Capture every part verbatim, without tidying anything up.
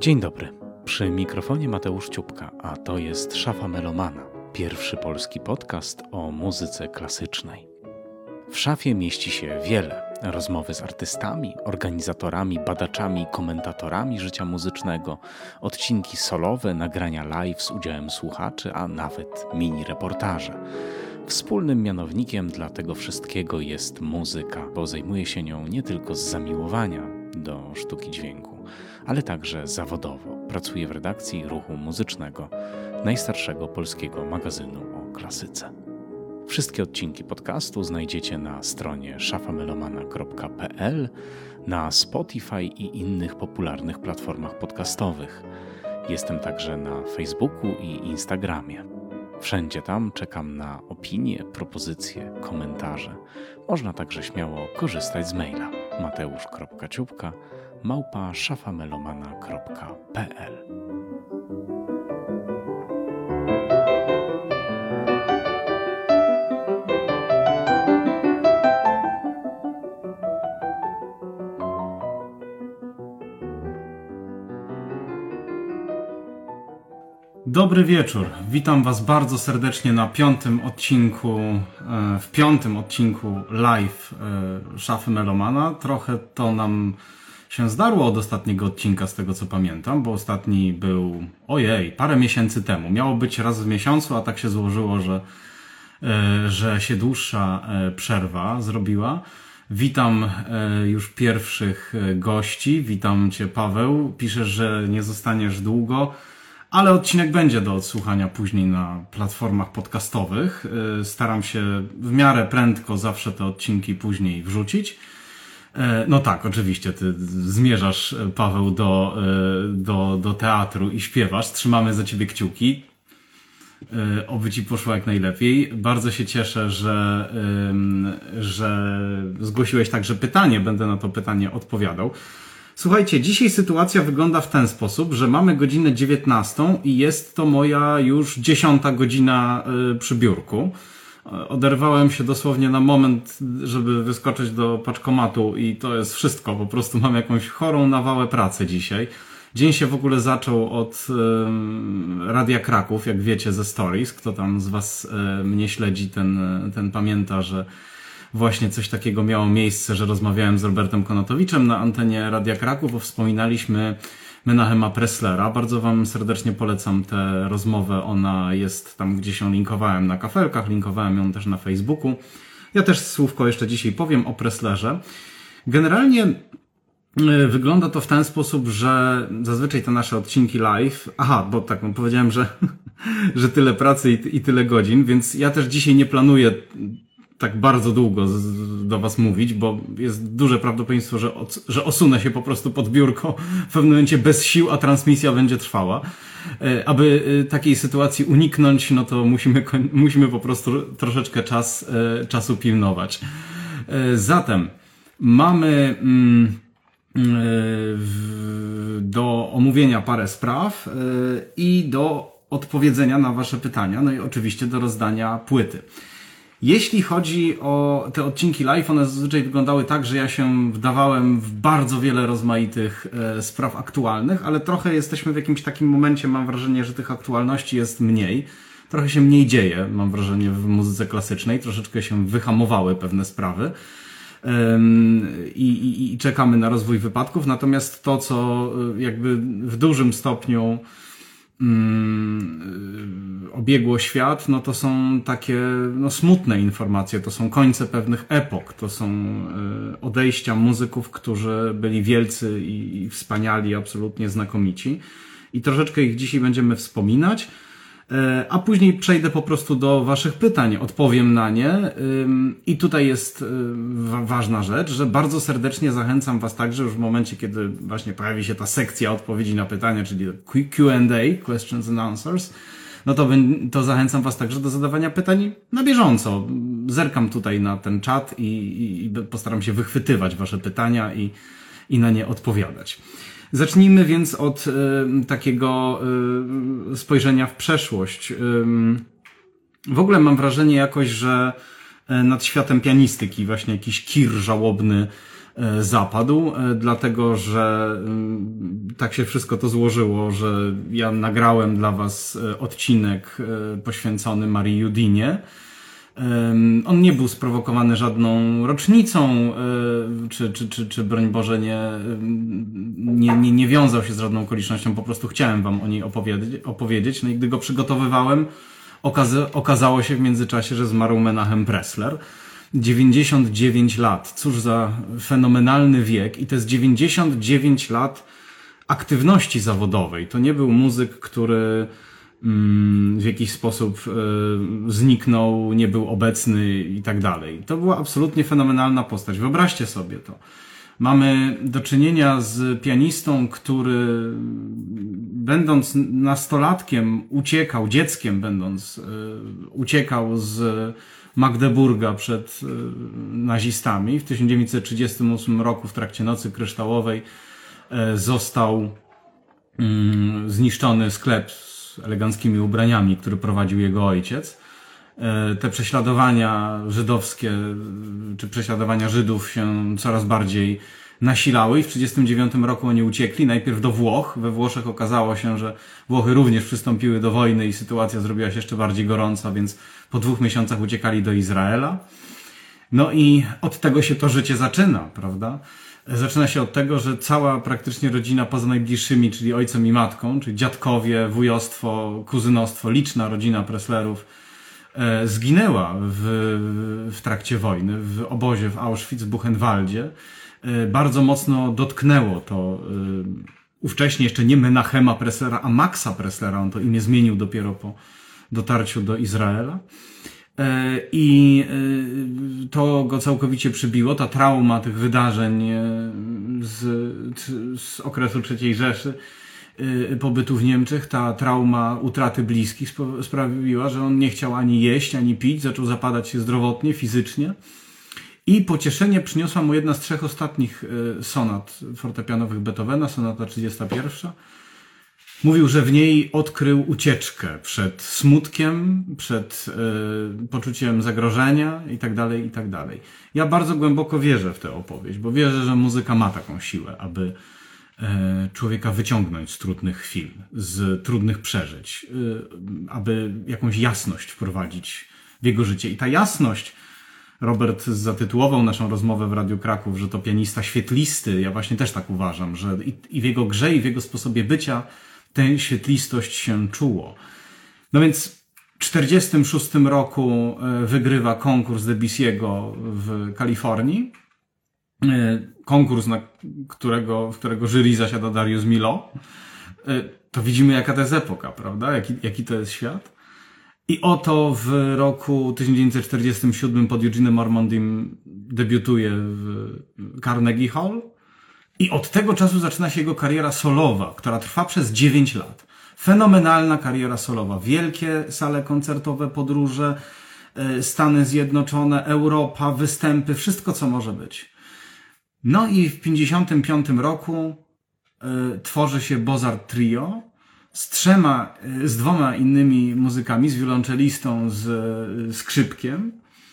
Dzień dobry, przy mikrofonie Mateusz Ciupka, a to jest Szafa Melomana, pierwszy polski podcast o muzyce klasycznej. W szafie mieści się wiele rozmowy z artystami, organizatorami, badaczami, komentatorami życia muzycznego, odcinki solowe, nagrania live z udziałem słuchaczy, a nawet mini-reportaże. Wspólnym mianownikiem dla tego wszystkiego jest muzyka, bo zajmuje się nią nie tylko z zamiłowania do sztuki dźwięku, ale także zawodowo. Pracuje w redakcji Ruchu Muzycznego, najstarszego polskiego magazynu o klasyce. Wszystkie odcinki podcastu znajdziecie na stronie szafamelomana kropka pe el, na Spotify i innych popularnych platformach podcastowych. Jestem także na Facebooku i Instagramie. Wszędzie tam czekam na opinie, propozycje, komentarze. Można także śmiało korzystać z maila mateusz kropka ciupka małpa szafamelomana kropka pe el. Dobry wieczór. Witam Was bardzo serdecznie na piątym odcinku, w piątym odcinku live Szafy Melomana. Trochę to nam się zdarło od ostatniego odcinka, z tego co pamiętam, bo ostatni był, ojej, parę miesięcy temu. Miało być raz w miesiącu, a tak się złożyło, że, że się dłuższa przerwa zrobiła. Witam już pierwszych gości. Witam Cię, Paweł. Piszesz, że nie zostaniesz długo. Ale odcinek będzie do odsłuchania później na platformach podcastowych. Staram się w miarę prędko zawsze te odcinki później wrzucić. No tak, oczywiście, ty zmierzasz, Paweł, do, do, do teatru i śpiewasz. Trzymamy za ciebie kciuki. Oby ci poszło jak najlepiej. Bardzo się cieszę, że, że zgłosiłeś także pytanie. Będę na to pytanie odpowiadał. Słuchajcie, dzisiaj sytuacja wygląda w ten sposób, że mamy godzinę dziewiętnastą i jest to moja już dziesiąta godzina przy biurku. Oderwałem się dosłownie na moment, żeby wyskoczyć do paczkomatu i to jest wszystko. Po prostu mam jakąś chorą nawałę pracy dzisiaj. Dzień się w ogóle zaczął od y, Radia Kraków, jak wiecie, ze Stories. Kto tam z Was y, mnie śledzi, ten, ten pamięta, że właśnie coś takiego miało miejsce, że rozmawiałem z Robertem Konatowiczem na antenie Radia Kraków, bo wspominaliśmy Menachema Presslera. Bardzo Wam serdecznie polecam tę rozmowę. Ona jest tam, gdzieś ją linkowałem na kafelkach, linkowałem ją też na Facebooku. Ja też słówko jeszcze dzisiaj powiem o Presslerze. Generalnie wygląda to w ten sposób, że zazwyczaj te nasze odcinki live, aha, bo tak, powiedziałem, że, że tyle pracy i, i tyle godzin, więc ja też dzisiaj nie planuję tak bardzo długo z, do Was mówić, bo jest duże prawdopodobieństwo, że, od, że osunę się po prostu pod biurko w pewnym momencie bez sił, a transmisja będzie trwała. E, aby e, takiej sytuacji uniknąć, no to musimy, musimy po prostu troszeczkę czas, e, czasu pilnować. E, zatem mamy mm, e, w, do omówienia parę spraw e, i do odpowiedzenia na Wasze pytania, no i oczywiście do rozdania płyty. Jeśli chodzi o te odcinki live, one zazwyczaj wyglądały tak, że ja się wdawałem w bardzo wiele rozmaitych e, spraw aktualnych, ale trochę jesteśmy w jakimś takim momencie, mam wrażenie, że tych aktualności jest mniej. Trochę się mniej dzieje, mam wrażenie, w muzyce klasycznej. Troszeczkę się wyhamowały pewne sprawy Ym, i, i, i czekamy na rozwój wypadków. Natomiast to, co jakby w dużym stopniu Mm, obiegło świat, no to są takie no, smutne informacje, to są końce pewnych epok, to są y, odejścia muzyków, którzy byli wielcy i, i wspaniali, absolutnie znakomici i troszeczkę ich dzisiaj będziemy wspominać, y, a później przejdę po prostu do Waszych pytań, odpowiem na nie y, i tutaj jest y, wa- ważna rzecz, że bardzo serdecznie zachęcam Was także już w momencie, kiedy właśnie pojawi się ta sekcja odpowiedzi na pytania, czyli Q and A, Questions and Answers, no to, to zachęcam Was także do zadawania pytań na bieżąco. Zerkam tutaj na ten czat i, i, i postaram się wychwytywać Wasze pytania i, i na nie odpowiadać. Zacznijmy więc od y, takiego y, spojrzenia w przeszłość. Y, w ogóle mam wrażenie jakoś, że nad światem pianistyki właśnie jakiś kir żałobny zapadł, dlatego że tak się wszystko to złożyło, że ja nagrałem dla was odcinek poświęcony Marii Judinie. On nie był sprowokowany żadną rocznicą, czy, czy, czy, czy broń Boże nie, nie, nie, nie wiązał się z żadną okolicznością, po prostu chciałem wam o niej opowiedzieć. opowiedzieć. No i gdy go przygotowywałem, okaza- okazało się w międzyczasie, że zmarł Menachem Pressler. dziewięćdziesiąt dziewięć lat. Cóż za fenomenalny wiek. I to jest dziewięćdziesiąt dziewięć lat aktywności zawodowej. To nie był muzyk, który mm, w jakiś sposób y, zniknął, nie był obecny i tak dalej. To była absolutnie fenomenalna postać. Wyobraźcie sobie to. Mamy do czynienia z pianistą, który będąc nastolatkiem uciekał, dzieckiem będąc, y, uciekał z Magdeburga przed nazistami. W tysiąc dziewięćset trzydziestym ósmym roku w trakcie Nocy Kryształowej został zniszczony sklep z eleganckimi ubraniami, który prowadził jego ojciec. Te prześladowania żydowskie, czy prześladowania Żydów się coraz bardziej nasilały i w tysiąc dziewięćset trzydziestym dziewiątym roku oni uciekli. Najpierw do Włoch. We Włoszech okazało się, że Włochy również przystąpiły do wojny i sytuacja zrobiła się jeszcze bardziej gorąca, więc po dwóch miesiącach uciekali do Izraela. No i od tego się to życie zaczyna, prawda? Zaczyna się od tego, że cała praktycznie rodzina poza najbliższymi, czyli ojcem i matką, czyli dziadkowie, wujostwo, kuzynostwo, liczna rodzina Presslerów e, zginęła w, w trakcie wojny, w obozie w Auschwitz-Buchenwaldzie. E, bardzo mocno dotknęło to e, ówcześnie jeszcze nie Menachema Presslera, a Maxa Presslera. On to imię zmienił dopiero po dotarciu do Izraela. I to go całkowicie przybiło, ta trauma tych wydarzeń z, z okresu trzeciej Rzeszy, pobytu w Niemczech, ta trauma utraty bliskich sprawiła, że on nie chciał ani jeść, ani pić, zaczął zapadać się zdrowotnie, fizycznie. I pocieszenie przyniosła mu jedna z trzech ostatnich sonat fortepianowych Beethovena, sonata trzydziesta pierwsza. Mówił, że w niej odkrył ucieczkę przed smutkiem, przed y, poczuciem zagrożenia i tak dalej, i tak dalej. Ja bardzo głęboko wierzę w tę opowieść, bo wierzę, że muzyka ma taką siłę, aby y, człowieka wyciągnąć z trudnych chwil, z trudnych przeżyć, y, aby jakąś jasność wprowadzić w jego życie. I ta jasność, Robert zatytułował naszą rozmowę w Radiu Kraków, że to pianista świetlisty. Ja właśnie też tak uważam, że i, i w jego grze, i w jego sposobie bycia tę świetlistość się czuło. No więc w czterdziestym szóstym roku wygrywa konkurs Debussy'ego w Kalifornii. Konkurs, na którego, w którego jury zasiada Darius Milhaud. To widzimy, jaka to jest epoka, prawda? Jaki, jaki to jest świat. I oto w roku tysiąc dziewięćset czterdziestym siódmym pod Eugene'em Ormondym debiutuje w Carnegie Hall. I od tego czasu zaczyna się jego kariera solowa, która trwa przez dziewięć lat. Fenomenalna kariera solowa. Wielkie sale koncertowe, podróże, Stany Zjednoczone, Europa, występy, wszystko co może być. No i w pięćdziesiątym piątym roku y, tworzy się Bozart Trio z trzema, y, z dwoma innymi muzykami, z wiolonczelistą, z y, skrzypkiem.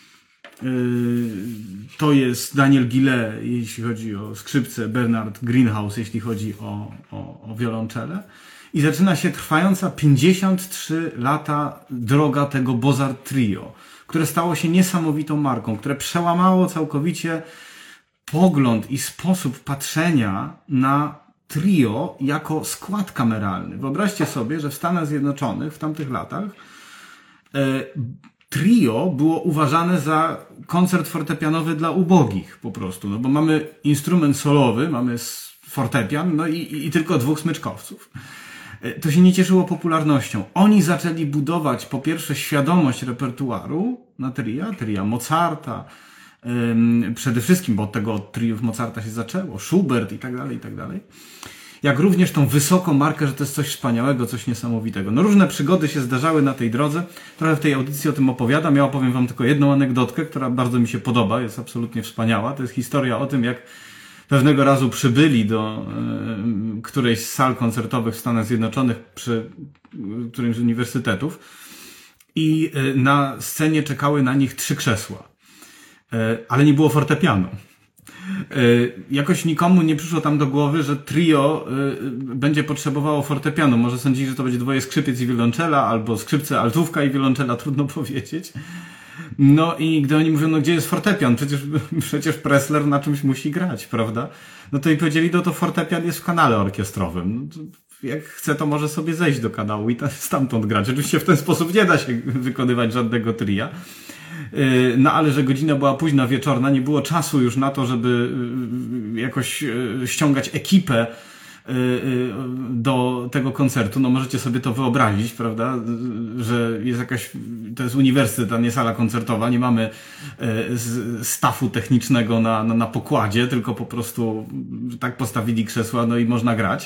To jest Daniel Gillet, jeśli chodzi o skrzypce, Bernard Greenhouse, jeśli chodzi o, o, o wiolonczele. I zaczyna się trwająca pięćdziesiąt trzy lata droga tego Bozart Trio, które stało się niesamowitą marką, które przełamało całkowicie pogląd i sposób patrzenia na trio jako skład kameralny. Wyobraźcie sobie, że w Stanach Zjednoczonych w tamtych latach e, trio było uważane za koncert fortepianowy dla ubogich po prostu, no bo mamy instrument solowy, mamy fortepian, no i, i tylko dwóch smyczkowców. To się nie cieszyło popularnością. Oni zaczęli budować po pierwsze świadomość repertuaru na tria, tria Mozarta, ym, przede wszystkim, bo od tego od triów Mozarta się zaczęło, Schubert i tak dalej, i tak dalej. Jak również tą wysoką markę, że to jest coś wspaniałego, coś niesamowitego. No różne przygody się zdarzały na tej drodze. Trochę w tej audycji o tym opowiadam. Ja opowiem wam tylko jedną anegdotkę, która bardzo mi się podoba, jest absolutnie wspaniała. To jest historia o tym, jak pewnego razu przybyli do y, którejś z sal koncertowych w Stanach Zjednoczonych przy y, którymś z uniwersytetów i y, na scenie czekały na nich trzy krzesła. Y, ale nie było fortepianu. Jakoś nikomu nie przyszło tam do głowy, że trio będzie potrzebowało fortepianu. Może sądzili, że to będzie dwoje skrzypiec i wiolonczela, albo skrzypce, altówka i wiolonczela, trudno powiedzieć. No i gdy oni mówią, no gdzie jest fortepian? Przecież, przecież Pressler na czymś musi grać, prawda? No to i powiedzieli, no to fortepian jest w kanale orkiestrowym. No to jak chce, to może sobie zejść do kanału i stamtąd grać. Oczywiście w ten sposób nie da się wykonywać żadnego tria. No ale że godzina była późna wieczorna, nie było czasu już na to, żeby jakoś ściągać ekipę do tego koncertu. No możecie sobie to wyobrazić, prawda, że jest jakaś, to jest uniwersytet, a nie sala koncertowa, nie mamy stafu technicznego na, na, na pokładzie, tylko po prostu tak postawili krzesła, no i można grać.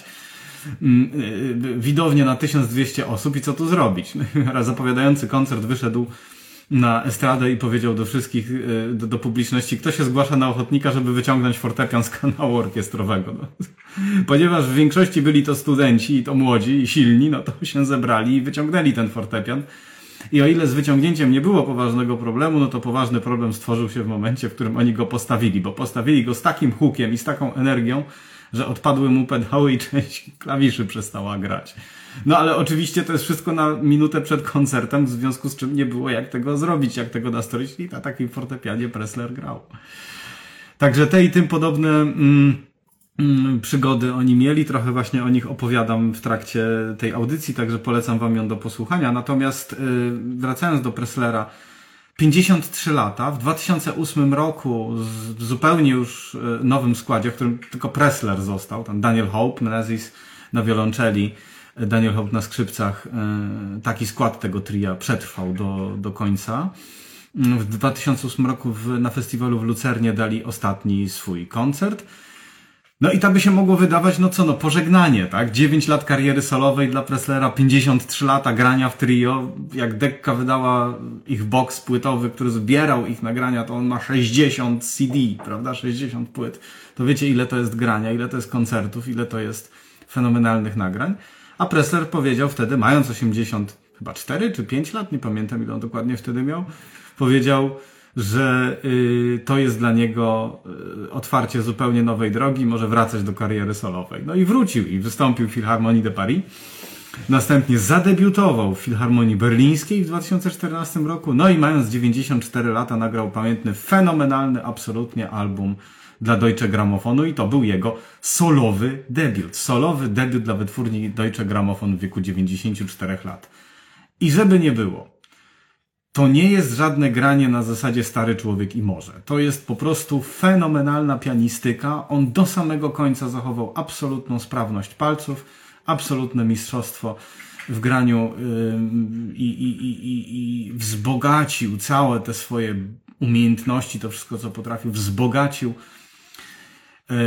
Widownia na tysiąc dwieście osób i co tu zrobić? Raz zapowiadający koncert wyszedł na estradę i powiedział do wszystkich, do, do publiczności, kto się zgłasza na ochotnika, żeby wyciągnąć fortepian z kanału orkiestrowego. No. Ponieważ w większości byli to studenci i to młodzi i silni, no to się zebrali i wyciągnęli ten fortepian. I o ile z wyciągnięciem nie było poważnego problemu, no to poważny problem stworzył się w momencie, w którym oni go postawili, bo postawili go z takim hukiem i z taką energią, że odpadły mu pedały i część klawiszy przestała grać. No ale oczywiście to jest wszystko na minutę przed koncertem, w związku z czym nie było jak tego zrobić, jak tego nastroić i na takim fortepianie Pressler grał. Także te i tym podobne mm, mm, przygody oni mieli, trochę właśnie o nich opowiadam w trakcie tej audycji, także polecam wam ją do posłuchania. Natomiast yy, wracając do Presslera, pięćdziesiąt trzy lata, w dwa tysiące ósmym roku w zupełnie już nowym składzie, w którym tylko Pressler został, tam Daniel Hope, Menezes na wiolonczeli, Daniel Hope na skrzypcach, taki skład tego tria przetrwał do, do końca. W dwa tysiące ósmym roku w, na festiwalu w Lucernie dali ostatni swój koncert. No i tak by się mogło wydawać, no co, no pożegnanie, tak? dziewięć lat kariery solowej dla Presslera, pięćdziesiąt trzy lata grania w trio. Jak Decca wydała ich box płytowy, który zbierał ich nagrania, to on ma sześćdziesiąt C D, prawda? sześćdziesiąt płyt. To wiecie, ile to jest grania, ile to jest koncertów, ile to jest fenomenalnych nagrań. A Pressler powiedział wtedy, mając osiemdziesiąt, chyba cztery czy pięć lat, nie pamiętam ile on dokładnie wtedy miał, powiedział, że y, to jest dla niego y, otwarcie zupełnie nowej drogi, może wracać do kariery solowej. No i wrócił i wystąpił w Philharmonie de Paris. Następnie zadebiutował w Filharmonii Berlińskiej w dwa tysiące czternastym roku. No i mając dziewięćdziesiąt cztery lata nagrał pamiętny, fenomenalny absolutnie album dla Deutsche Grammophonu i to był jego solowy debiut. Solowy debiut dla wytwórni Deutsche Grammophon w wieku dziewięćdziesięciu czterech lat. I żeby nie było, to nie jest żadne granie na zasadzie stary człowiek i morze. To jest po prostu fenomenalna pianistyka. On do samego końca zachował absolutną sprawność palców, absolutne mistrzostwo w graniu yy, i, i, i, i wzbogacił całe te swoje umiejętności, to wszystko, co potrafił, wzbogacił yy,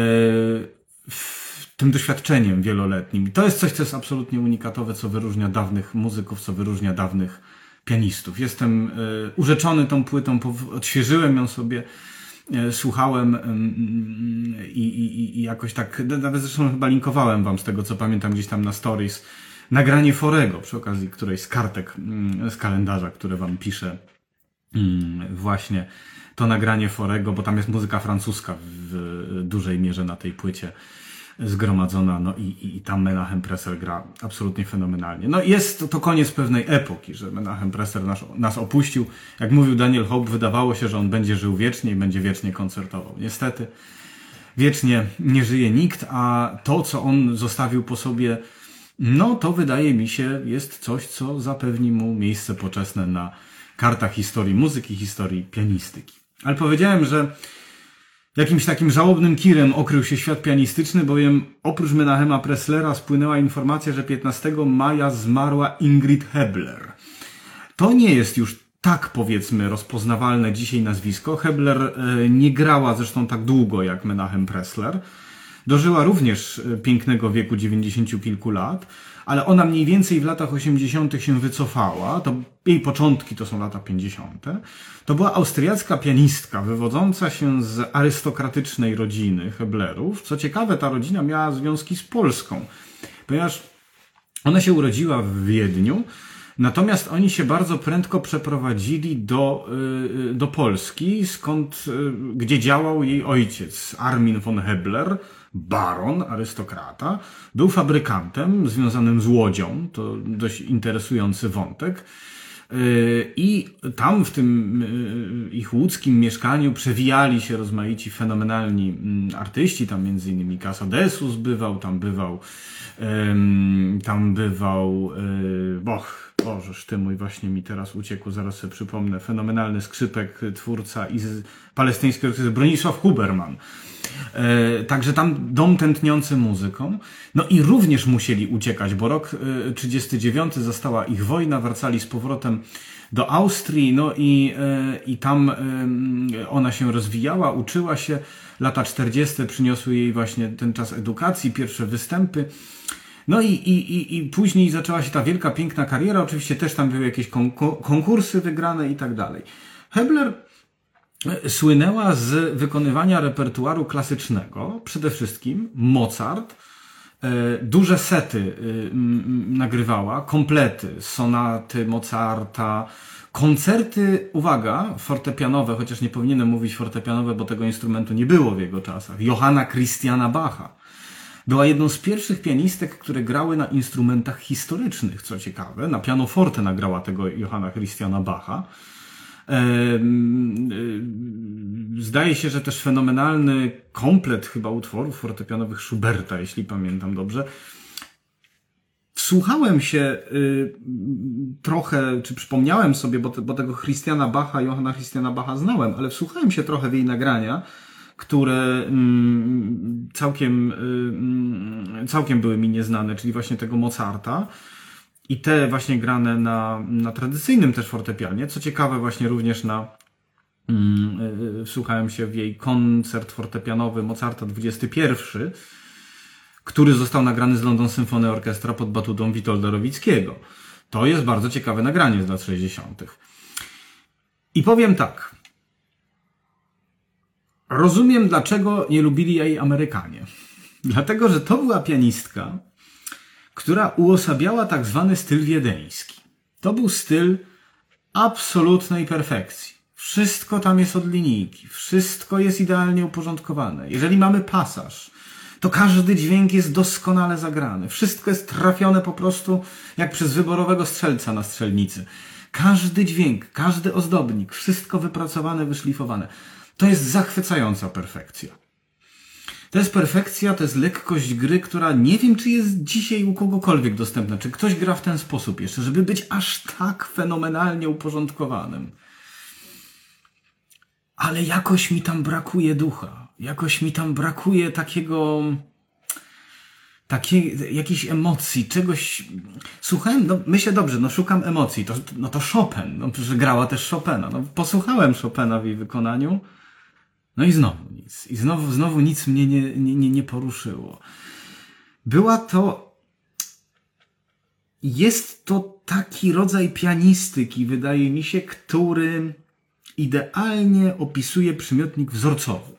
w tym doświadczeniem wieloletnim. I to jest coś, co jest absolutnie unikatowe, co wyróżnia dawnych muzyków, co wyróżnia dawnych pianistów. Jestem y, urzeczony tą płytą, odświeżyłem ją sobie, y, słuchałem y, y, y, y, jakoś tak, nawet zresztą chyba linkowałem wam z tego, co pamiętam gdzieś tam na stories, nagranie Forego przy okazji którejś z kartek y, z kalendarza, które wam piszę, y, właśnie to nagranie Forego, bo tam jest muzyka francuska w dużej mierze na tej płycie zgromadzona, no i, i, i tam Menachem Pressler gra absolutnie fenomenalnie. No jest to, to koniec pewnej epoki, że Menachem Pressler nas, nas opuścił. Jak mówił Daniel Hope, wydawało się, że on będzie żył wiecznie i będzie wiecznie koncertował. Niestety wiecznie nie żyje nikt, a to, co on zostawił po sobie, no to wydaje mi się jest coś, co zapewni mu miejsce poczesne na kartach historii muzyki, historii pianistyki. Ale powiedziałem, że jakimś takim żałobnym kirem okrył się świat pianistyczny, bowiem oprócz Menachema Presslera spłynęła informacja, że piętnastego maja zmarła Ingrid Hebler. To nie jest już tak, powiedzmy, rozpoznawalne dzisiaj nazwisko. Hebler nie grała zresztą tak długo jak Menachem Pressler. Dożyła również pięknego wieku dziewięćdziesięciu kilku lat, ale ona mniej więcej w latach osiemdziesiątych się wycofała. To jej początki to są lata pięćdziesiąte. To była austriacka pianistka wywodząca się z arystokratycznej rodziny Heblerów. Co ciekawe, ta rodzina miała związki z Polską, ponieważ ona się urodziła w Wiedniu, Natomiast oni się bardzo prędko przeprowadzili do, do Polski, skąd, gdzie działał jej ojciec, Armin von Hebler, baron, arystokrata. Był fabrykantem związanym z łodzią, to dość interesujący wątek. I tam w tym ich łódzkim mieszkaniu przewijali się rozmaici fenomenalni artyści, tam między innymi Casadesus bywał, tam bywał tam bywał boch, Bożeż ty mój, właśnie mi teraz uciekł, zaraz sobie przypomnę, fenomenalny skrzypek, twórca i z palestyńskiej orkiestry Bronisław Huberman. E, także tam dom tętniący muzyką. No i również musieli uciekać, bo rok trzydziesty dziewiąty zastała ich wojna, wracali z powrotem do Austrii, no i, e, i tam e, ona się rozwijała, uczyła się. Lata czterdzieste przyniosły jej właśnie ten czas edukacji, pierwsze występy. No i, i, i, i później zaczęła się ta wielka, piękna kariera. Oczywiście też tam były jakieś konkursy wygrane i tak dalej. Hebler słynęła z wykonywania repertuaru klasycznego, przede wszystkim Mozart, duże sety nagrywała, komplety, sonaty Mozarta, koncerty, uwaga, fortepianowe, chociaż nie powinienem mówić fortepianowe, bo tego instrumentu nie było w jego czasach, Johanna Christiana Bacha. Była jedną z pierwszych pianistek, które grały na instrumentach historycznych, co ciekawe. Na pianoforte nagrała tego Johanna Christiana Bacha. Zdaje się, że też fenomenalny komplet chyba utworów fortepianowych Schuberta, jeśli pamiętam dobrze. Wsłuchałem się y, trochę, czy przypomniałem sobie, bo, te, bo tego Christiana Bacha, Johanna Christiana Bacha znałem, ale wsłuchałem się trochę w jej nagrania, które mm, całkiem, y, całkiem były mi nieznane, czyli właśnie tego Mozarta. I te właśnie grane na, na tradycyjnym też fortepianie. Co ciekawe, właśnie również na yy, wsłuchałem się w jej koncert fortepianowy Mozarta dwudziesty pierwszy, który został nagrany z London Symphony Orchestra pod batutą Witolda Rowickiego. To jest bardzo ciekawe nagranie z lat sześćdziesiątych. I powiem tak. Rozumiem, dlaczego nie lubili jej Amerykanie. Dlatego, że to była pianistka, która uosabiała tak zwany styl wiedeński. To był styl absolutnej perfekcji. Wszystko tam jest od linijki. Wszystko jest idealnie uporządkowane. Jeżeli mamy pasaż, to każdy dźwięk jest doskonale zagrany. Wszystko jest trafione po prostu jak przez wyborowego strzelca na strzelnicy. Każdy dźwięk, każdy ozdobnik, wszystko wypracowane, wyszlifowane. To jest zachwycająca perfekcja. To jest perfekcja, to jest lekkość gry, która nie wiem, czy jest dzisiaj u kogokolwiek dostępna. Czy ktoś gra w ten sposób jeszcze, żeby być aż tak fenomenalnie uporządkowanym. Ale jakoś mi tam brakuje ducha. Jakoś mi tam brakuje takiego... takiej, jakiejś emocji, czegoś... Słuchałem, no myślę, dobrze, no szukam emocji. To, no to Chopin, no przecież grała też Chopina. No posłuchałem Chopina w jej wykonaniu. No i znowu nic. I znowu, znowu nic mnie nie, nie, nie, nie poruszyło. Była to... Jest to taki rodzaj pianistyki, wydaje mi się, który idealnie opisuje przymiotnik wzorcowy.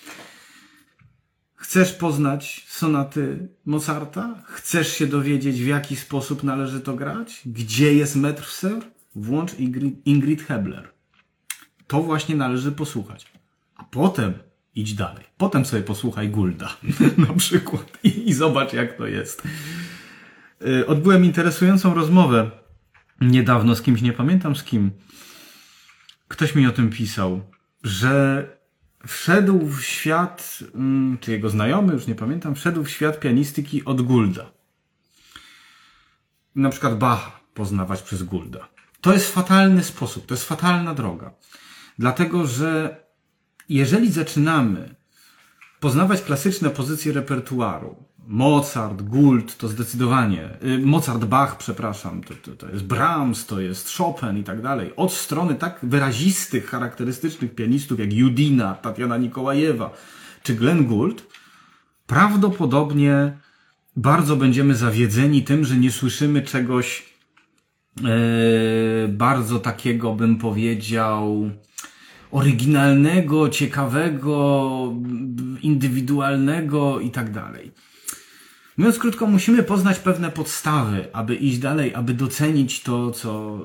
Chcesz poznać sonaty Mozarta? Chcesz się dowiedzieć, w jaki sposób należy to grać? Gdzie jest Maître? Włącz Ingrid, Ingrid Hebler. To właśnie należy posłuchać. A potem idź dalej. Potem sobie posłuchaj Goulda na przykład i, i zobacz, jak to jest. Odbyłem interesującą rozmowę niedawno z kimś, nie pamiętam z kim. Ktoś mi o tym pisał, że wszedł w świat, czy jego znajomy, już nie pamiętam, wszedł w świat pianistyki od Goulda. Na przykład Bacha poznawać przez Goulda. To jest fatalny sposób, to jest fatalna droga. Dlatego, że jeżeli zaczynamy poznawać klasyczne pozycje repertuaru, Mozart, Gould, to zdecydowanie, Mozart, Bach, przepraszam, to, to, to jest Brahms, to jest Chopin i tak dalej, od strony tak wyrazistych, charakterystycznych pianistów jak Judina, Tatiana Nikołajewa czy Glenn Gould, prawdopodobnie bardzo będziemy zawiedzeni tym, że nie słyszymy czegoś e, bardzo takiego, bym powiedział, oryginalnego, ciekawego, indywidualnego i tak dalej. Mówiąc krótko, musimy poznać pewne podstawy, aby iść dalej, aby docenić to, co,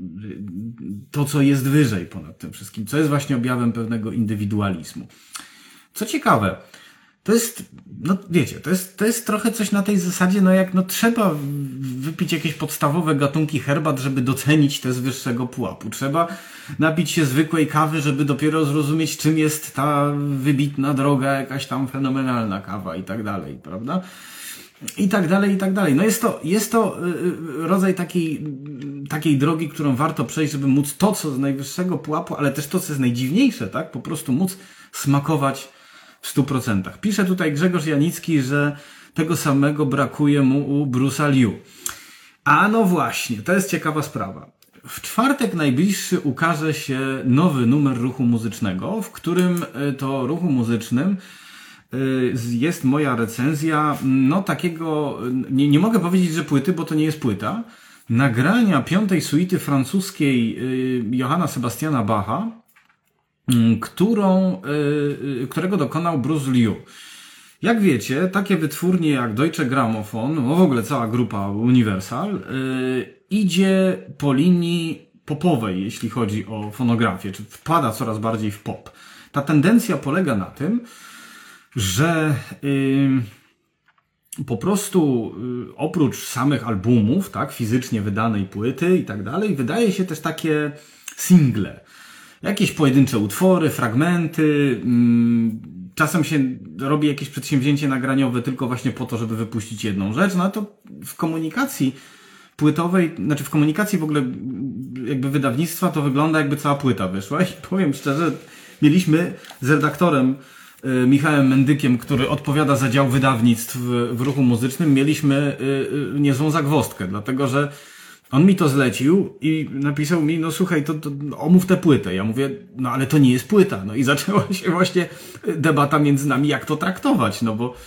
to, co jest wyżej ponad tym wszystkim, co jest właśnie objawem pewnego indywidualizmu. Co ciekawe, to jest, no wiecie, to jest, to jest trochę coś na tej zasadzie, no jak no trzeba wypić jakieś podstawowe gatunki herbat, żeby docenić te z wyższego pułapu. Trzeba napić się zwykłej kawy, żeby dopiero zrozumieć, czym jest ta wybitna, droga, jakaś tam fenomenalna kawa i tak dalej, prawda? I tak dalej, i tak dalej. No jest to, jest to rodzaj takiej, takiej drogi, którą warto przejść, żeby móc to, co z najwyższego pułapu, ale też to, co jest najdziwniejsze, tak? Po prostu móc smakować w stu procentach. Pisze tutaj Grzegorz Janicki, że tego samego brakuje mu u Bruce'a Liu. A no właśnie, to jest ciekawa sprawa. W czwartek najbliższy ukaże się nowy numer Ruchu Muzycznego, w którym to Ruchu Muzycznym jest moja recenzja, no takiego, nie, nie mogę powiedzieć, że płyty, bo to nie jest płyta, nagrania piątej suity francuskiej Johanna Sebastiana Bacha, którą, którego dokonał Bruce Liu. Jak wiecie, takie wytwórnie jak Deutsche Grammophon, no w ogóle cała grupa Universal, idzie po linii popowej, jeśli chodzi o fonografię, czy wpada coraz bardziej w pop. Ta tendencja polega na tym, że yy, po prostu yy, oprócz samych albumów, tak, fizycznie wydanej płyty i tak dalej, wydaje się też takie single. Jakieś pojedyncze utwory, fragmenty, yy, czasem się robi jakieś przedsięwzięcie nagraniowe tylko właśnie po to, żeby wypuścić jedną rzecz, no to w komunikacji płytowej, znaczy w komunikacji w ogóle jakby wydawnictwa to wygląda jakby cała płyta wyszła i powiem szczerze, mieliśmy z redaktorem Michałem Mendykiem, który odpowiada za dział wydawnictw w Ruchu Muzycznym, mieliśmy niezłą zagwozdkę, dlatego że on mi to zlecił i napisał mi, no słuchaj, to, to omów tę płytę. Ja mówię, no ale to nie jest płyta. No i zaczęła się właśnie debata między nami, jak to traktować, no bo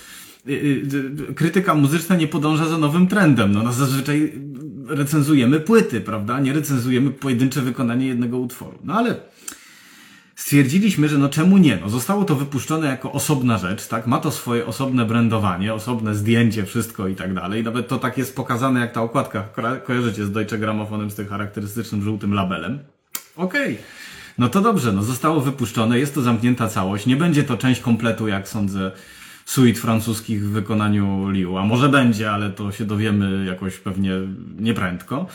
krytyka muzyczna nie podąża za nowym trendem. No, no zazwyczaj recenzujemy płyty, prawda? Nie recenzujemy pojedyncze wykonanie jednego utworu. No ale stwierdziliśmy, że no czemu nie? No zostało to wypuszczone jako osobna rzecz, tak? Ma to swoje osobne brandowanie, osobne zdjęcie, wszystko i tak dalej. Nawet to tak jest pokazane jak ta okładka. Ko- kojarzycie z Deutsche Grammophonem z tym charakterystycznym żółtym labelem. Okej. Okay. No to dobrze, no zostało wypuszczone, jest to zamknięta całość. Nie będzie to część kompletu, jak sądzę, suite francuskich w wykonaniu Liu. A może będzie, ale to się dowiemy jakoś pewnie nieprędko.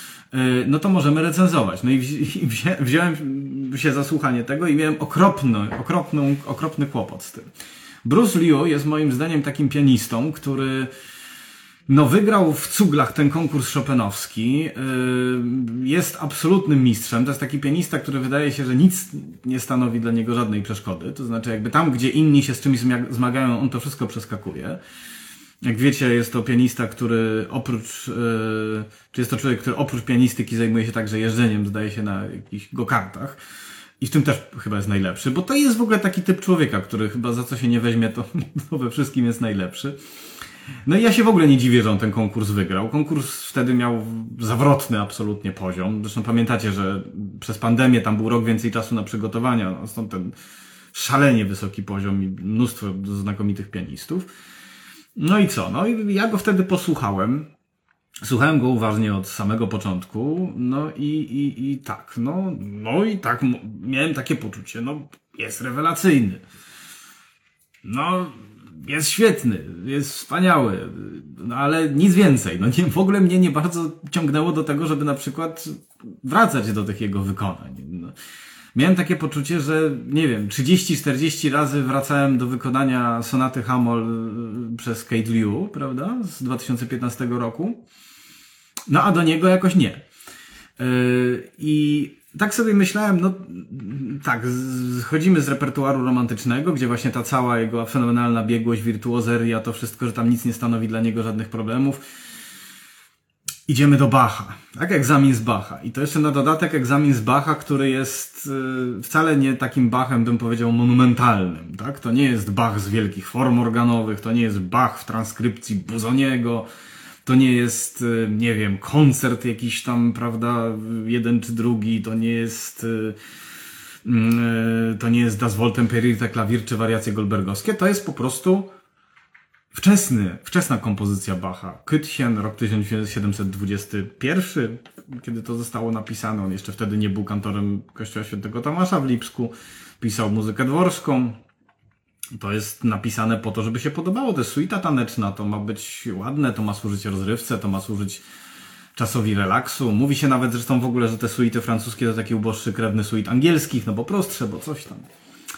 No to możemy recenzować. No i wzi- wziąłem się za słuchanie tego i miałem okropny, okropną, okropny kłopot z tym. Bruce Liu jest moim zdaniem takim pianistą, który no wygrał w cuglach ten konkurs chopinowski, jest absolutnym mistrzem. To jest taki pianista, który wydaje się, że nic nie stanowi dla niego żadnej przeszkody. To znaczy jakby tam, gdzie inni się z czymś zmagają, on to wszystko przeskakuje. Jak wiecie, jest to pianista, który oprócz, yy, czy jest to człowiek, który oprócz pianistyki zajmuje się także jeżdżeniem, zdaje się, na jakichś go-kartach. I w tym też chyba jest najlepszy, bo to jest w ogóle taki typ człowieka, który chyba za co się nie weźmie, to, to we wszystkim jest najlepszy. No i ja się w ogóle nie dziwię, że on ten konkurs wygrał. Konkurs wtedy miał zawrotny absolutnie poziom. Zresztą pamiętacie, że przez pandemię tam był rok więcej czasu na przygotowania, no, stąd ten szalenie wysoki poziom i mnóstwo znakomitych pianistów. No i co? No i ja go wtedy posłuchałem. Słuchałem go uważnie od samego początku. No i, i, i tak, no, no i tak miałem takie poczucie, no jest rewelacyjny. No jest świetny, jest wspaniały, no ale nic więcej. No nie, w ogóle mnie nie bardzo ciągnęło do tego, żeby na przykład wracać do tych jego wykonań. No. Miałem takie poczucie, że nie wiem, trzydzieści czterdzieści razy wracałem do wykonania sonaty Hamoll przez Kate Liu, prawda, z dwa tysiące piętnastego roku. No a do niego jakoś nie. Yy, I tak sobie myślałem, no tak, chodzimy z repertuaru romantycznego, gdzie właśnie ta cała jego fenomenalna biegłość, wirtuozeria, to wszystko, że tam nic nie stanowi dla niego żadnych problemów. Idziemy do Bacha, tak? Egzamin z Bacha. I to jeszcze na dodatek egzamin z Bacha, który jest yy, wcale nie takim Bachem, bym powiedział, monumentalnym, tak? To nie jest Bach z wielkich form organowych, to nie jest Bach w transkrypcji Busoniego, to nie jest, yy, nie wiem, koncert jakiś tam, prawda, jeden czy drugi, to nie jest, yy, yy, to nie jest Das Wohltemperierte Klavier czy wariacje goldbergowskie, to jest po prostu wczesny, wczesna kompozycja Bacha. Kytchen, rok tysiąc siedemset dwudziesty pierwszy, kiedy to zostało napisane. On jeszcze wtedy nie był kantorem Kościoła Świętego Tomasza w Lipsku. Pisał muzykę dworską. To jest napisane po to, żeby się podobało. To jest suita taneczna, to ma być ładne, to ma służyć rozrywce, to ma służyć czasowi relaksu. Mówi się nawet zresztą w ogóle, że te suity francuskie to taki uboższy krewny suit angielskich, no bo prostsze, bo coś tam.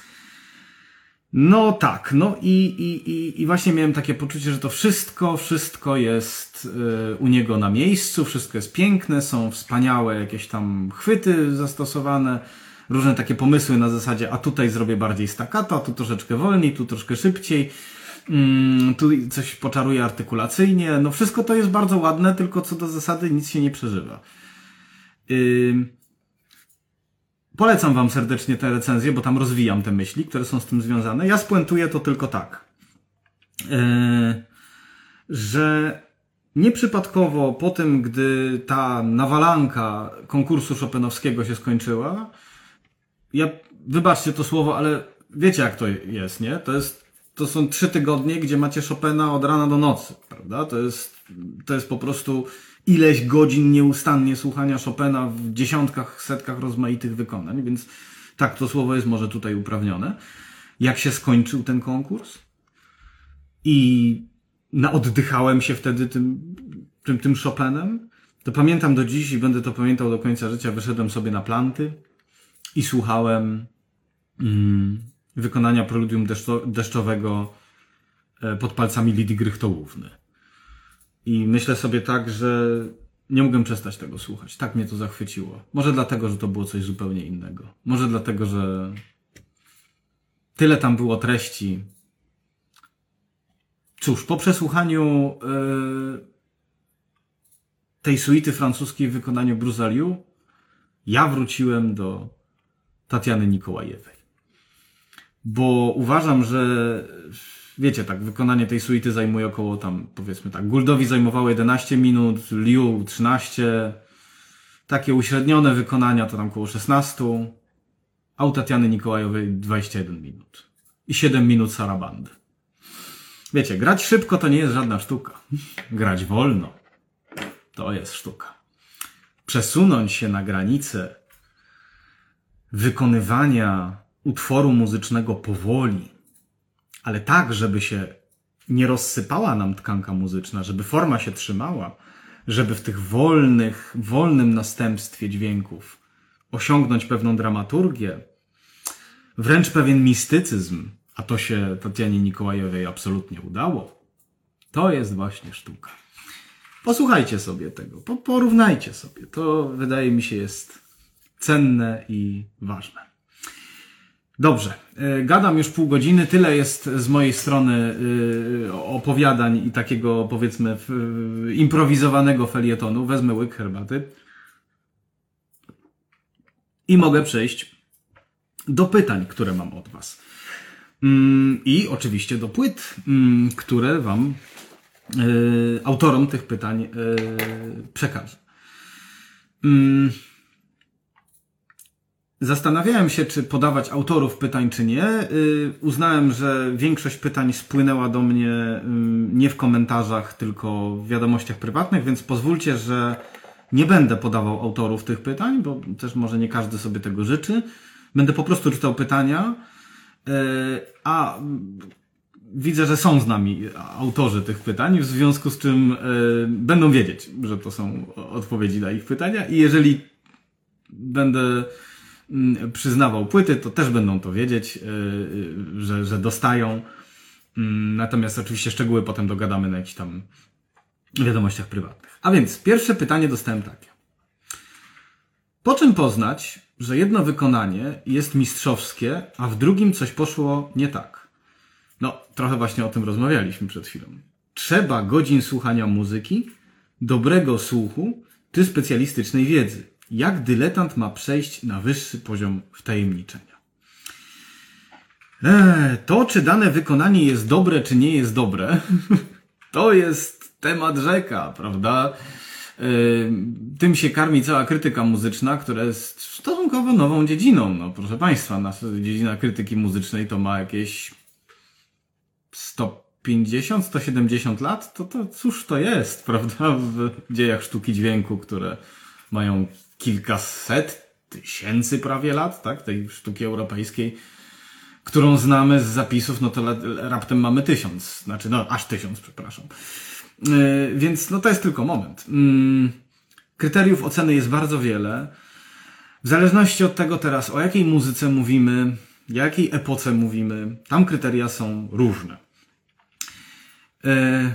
No tak, no i, i, i, i właśnie miałem takie poczucie, że to wszystko, wszystko jest y, u niego na miejscu, wszystko jest piękne, są wspaniałe jakieś tam chwyty zastosowane, różne takie pomysły na zasadzie, a tutaj zrobię bardziej staccato, a tu troszeczkę wolniej, tu troszkę szybciej, mm, tu coś poczaruję artykulacyjnie, no wszystko to jest bardzo ładne, tylko co do zasady nic się nie przeżywa. Yy... Polecam wam serdecznie te recenzje, bo tam rozwijam te myśli, które są z tym związane. Ja spuentuję to tylko tak, yy, że nieprzypadkowo po tym, gdy ta nawalanka konkursu chopinowskiego się skończyła, ja, wybaczcie to słowo, ale wiecie jak to jest, nie? To jest, to są trzy tygodnie, gdzie macie Chopina od rana do nocy, prawda? To jest, to jest po prostu ileś godzin nieustannie słuchania Chopina w dziesiątkach, setkach rozmaitych wykonań, więc tak, to słowo jest może tutaj uprawnione. Jak się skończył ten konkurs i naoddychałem się wtedy tym, tym, tym Chopinem, to pamiętam do dziś i będę to pamiętał do końca życia, wyszedłem sobie na planty i słuchałem mm, wykonania preludium deszczo, deszczowego pod palcami Lidii Grychtołówny. I myślę sobie tak, że nie mogłem przestać tego słuchać. Tak mnie to zachwyciło. Może dlatego, że to było coś zupełnie innego. Może dlatego, że tyle tam było treści. Cóż, po przesłuchaniu yy, tej suity francuskiej w wykonaniu Bruzaliu ja wróciłem do Tatiany Nikołajewej. Bo uważam, że wiecie, tak, wykonanie tej suity zajmuje około tam, powiedzmy tak, Gouldowi zajmowało jedenaście minut, Liu trzynaście, takie uśrednione wykonania to tam około szesnaście, a u Tatiany Nikołajowej dwadzieścia jeden minut. I siedem minut sarabandy. Wiecie, grać szybko to nie jest żadna sztuka. Grać wolno to jest sztuka. Przesunąć się na granicę wykonywania utworu muzycznego powoli, ale tak, żeby się nie rozsypała nam tkanka muzyczna, żeby forma się trzymała, żeby w tych wolnych, wolnym następstwie dźwięków osiągnąć pewną dramaturgię, wręcz pewien mistycyzm, a to się Tatianie Nikołajewej absolutnie udało, to jest właśnie sztuka. Posłuchajcie sobie tego, porównajcie sobie. To wydaje mi się jest cenne i ważne. Dobrze, gadam już pół godziny, tyle jest z mojej strony opowiadań i takiego, powiedzmy, improwizowanego felietonu. Wezmę łyk herbaty i mogę przejść do pytań, które mam od was. I oczywiście do płyt, które wam, autorom tych pytań, przekażę. Zastanawiałem się, czy podawać autorów pytań, czy nie. Uznałem, że większość pytań spłynęła do mnie nie w komentarzach, tylko w wiadomościach prywatnych, więc pozwólcie, że nie będę podawał autorów tych pytań, bo też może nie każdy sobie tego życzy. Będę po prostu czytał pytania, a widzę, że są z nami autorzy tych pytań, w związku z czym będą wiedzieć, że to są odpowiedzi na ich pytania i jeżeli będę przyznawał płyty, to też będą to wiedzieć, że, że dostają. Natomiast oczywiście szczegóły potem dogadamy na jakichś tam wiadomościach prywatnych. A więc pierwsze pytanie dostałem takie. Po czym poznać, że jedno wykonanie jest mistrzowskie, a w drugim coś poszło nie tak? No, trochę właśnie o tym rozmawialiśmy przed chwilą. Trzeba godzin słuchania muzyki, dobrego słuchu, czy specjalistycznej wiedzy. Jak dyletant ma przejść na wyższy poziom wtajemniczenia? Eee, to, czy dane wykonanie jest dobre, czy nie jest dobre, to jest temat rzeka, prawda? Eee, tym się karmi cała krytyka muzyczna, która jest stosunkowo nową dziedziną. No, proszę Państwa, nasza dziedzina krytyki muzycznej to ma jakieś sto pięćdziesiąt sto siedemdziesiąt lat, to, to cóż to jest, prawda, w dziejach sztuki dźwięku, które mają kilkaset tysięcy prawie lat, tak, tej sztuki europejskiej, którą znamy z zapisów, no to raptem mamy tysiąc, znaczy no aż tysiąc, przepraszam. Yy, więc no to jest tylko moment. Yy, kryteriów oceny jest bardzo wiele. W zależności od tego teraz, o jakiej muzyce mówimy, jakiej epoce mówimy, tam kryteria są różne. Yy,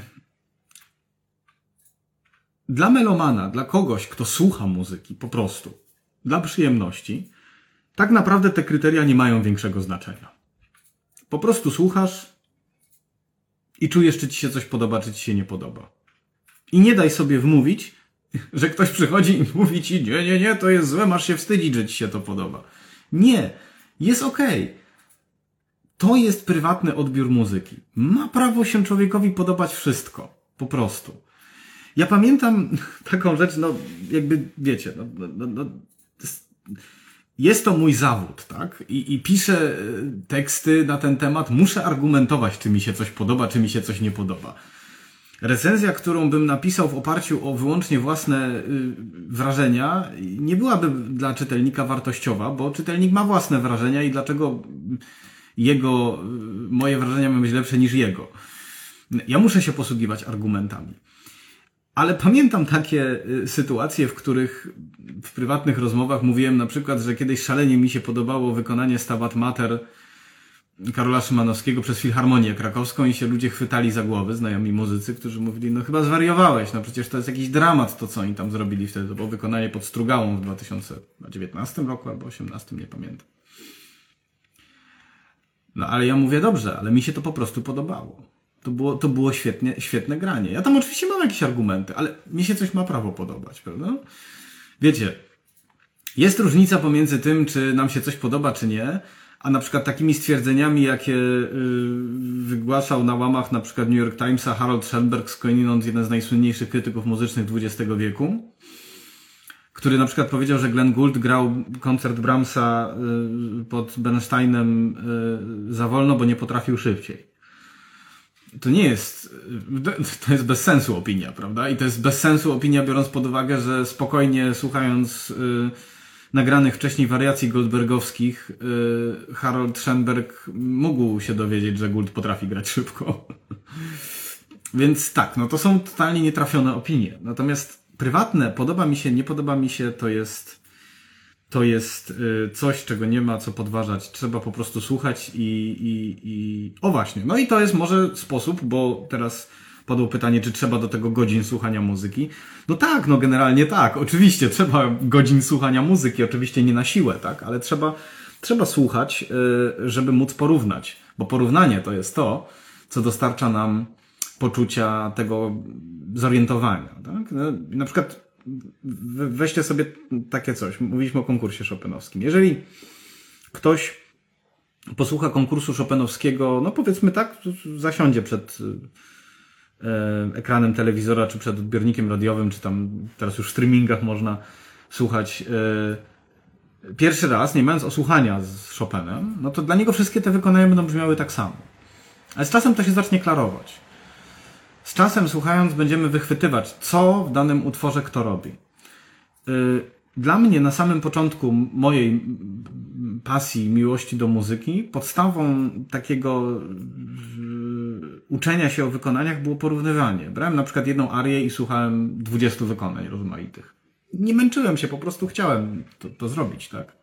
dla melomana, dla kogoś, kto słucha muzyki po prostu, dla przyjemności, tak naprawdę te kryteria nie mają większego znaczenia. Po prostu słuchasz i czujesz, czy ci się coś podoba, czy ci się nie podoba. I nie daj sobie wmówić, że ktoś przychodzi i mówi ci, nie, nie, nie, to jest złe, masz się wstydzić, że ci się to podoba. Nie, jest okej. Okay. To jest prywatny odbiór muzyki. Ma prawo się człowiekowi podobać wszystko. Po prostu. Ja pamiętam taką rzecz, no jakby, wiecie, no, no, no, jest to mój zawód, tak? I, I piszę teksty na ten temat, muszę argumentować, czy mi się coś podoba, czy mi się coś nie podoba. Recenzja, którą bym napisał w oparciu o wyłącznie własne y, wrażenia, nie byłaby dla czytelnika wartościowa, bo czytelnik ma własne wrażenia i dlaczego jego, y, moje wrażenia mają być lepsze niż jego. Ja muszę się posługiwać argumentami. Ale pamiętam takie y, sytuacje, w których w prywatnych rozmowach mówiłem na przykład, że kiedyś szalenie mi się podobało wykonanie Stabat Mater Karola Szymanowskiego przez Filharmonię Krakowską i się ludzie chwytali za głowy, znajomi muzycy, którzy mówili, no chyba zwariowałeś, no przecież to jest jakiś dramat to, co oni tam zrobili wtedy, to było wykonanie pod Strugałą w dwa tysiące dziewiętnastym roku albo osiemnastym, nie pamiętam. No ale ja mówię, dobrze, ale mi się to po prostu podobało. To było, to było świetnie, świetne granie. Ja tam oczywiście mam jakieś argumenty, ale mi się coś ma prawo podobać, prawda? Wiecie, jest różnica pomiędzy tym, czy nam się coś podoba, czy nie, a na przykład takimi stwierdzeniami, jakie yy, wygłaszał na łamach na przykład New York Timesa Harold Schoenberg, skądinąd jeden z najsłynniejszych krytyków muzycznych dwudziestego wieku, który na przykład powiedział, że Glenn Gould grał koncert Brahmsa yy, pod Bernsteinem yy, za wolno, bo nie potrafił szybciej. To nie jest, to jest bez sensu opinia, prawda? I to jest bez sensu opinia, biorąc pod uwagę, że spokojnie słuchając y, nagranych wcześniej wariacji goldbergowskich, y, Harold Schoenberg mógł się dowiedzieć, że Gould potrafi grać szybko. Więc tak, no to są totalnie nietrafione opinie. Natomiast prywatne, podoba mi się, nie podoba mi się, to jest to jest coś, czego nie ma co podważać. Trzeba po prostu słuchać i, i, i... O właśnie. No i to jest może sposób, bo teraz padło pytanie, czy trzeba do tego godzin słuchania muzyki. No tak, no generalnie tak. Oczywiście trzeba godzin słuchania muzyki. Oczywiście nie na siłę, tak? Ale trzeba, trzeba słuchać, żeby móc porównać. Bo porównanie to jest to, co dostarcza nam poczucia tego zorientowania, tak? No, na przykład weźcie sobie takie coś. Mówiliśmy o konkursie chopinowskim. Jeżeli ktoś posłucha konkursu chopinowskiego, no powiedzmy tak, zasiądzie przed e, ekranem telewizora, czy przed odbiornikiem radiowym, czy tam teraz już w streamingach można słuchać e, pierwszy raz, nie mając osłuchania z Chopinem, no to dla niego wszystkie te wykonania będą brzmiały tak samo. Ale z czasem to się zacznie klarować. Z czasem, słuchając, będziemy wychwytywać, co w danym utworze kto robi. Dla mnie na samym początku mojej pasji, miłości do muzyki, podstawą takiego uczenia się o wykonaniach było porównywanie. Brałem na przykład jedną arię i słuchałem dwudziestu wykonań rozmaitych. Nie męczyłem się, po prostu chciałem to, to zrobić, tak?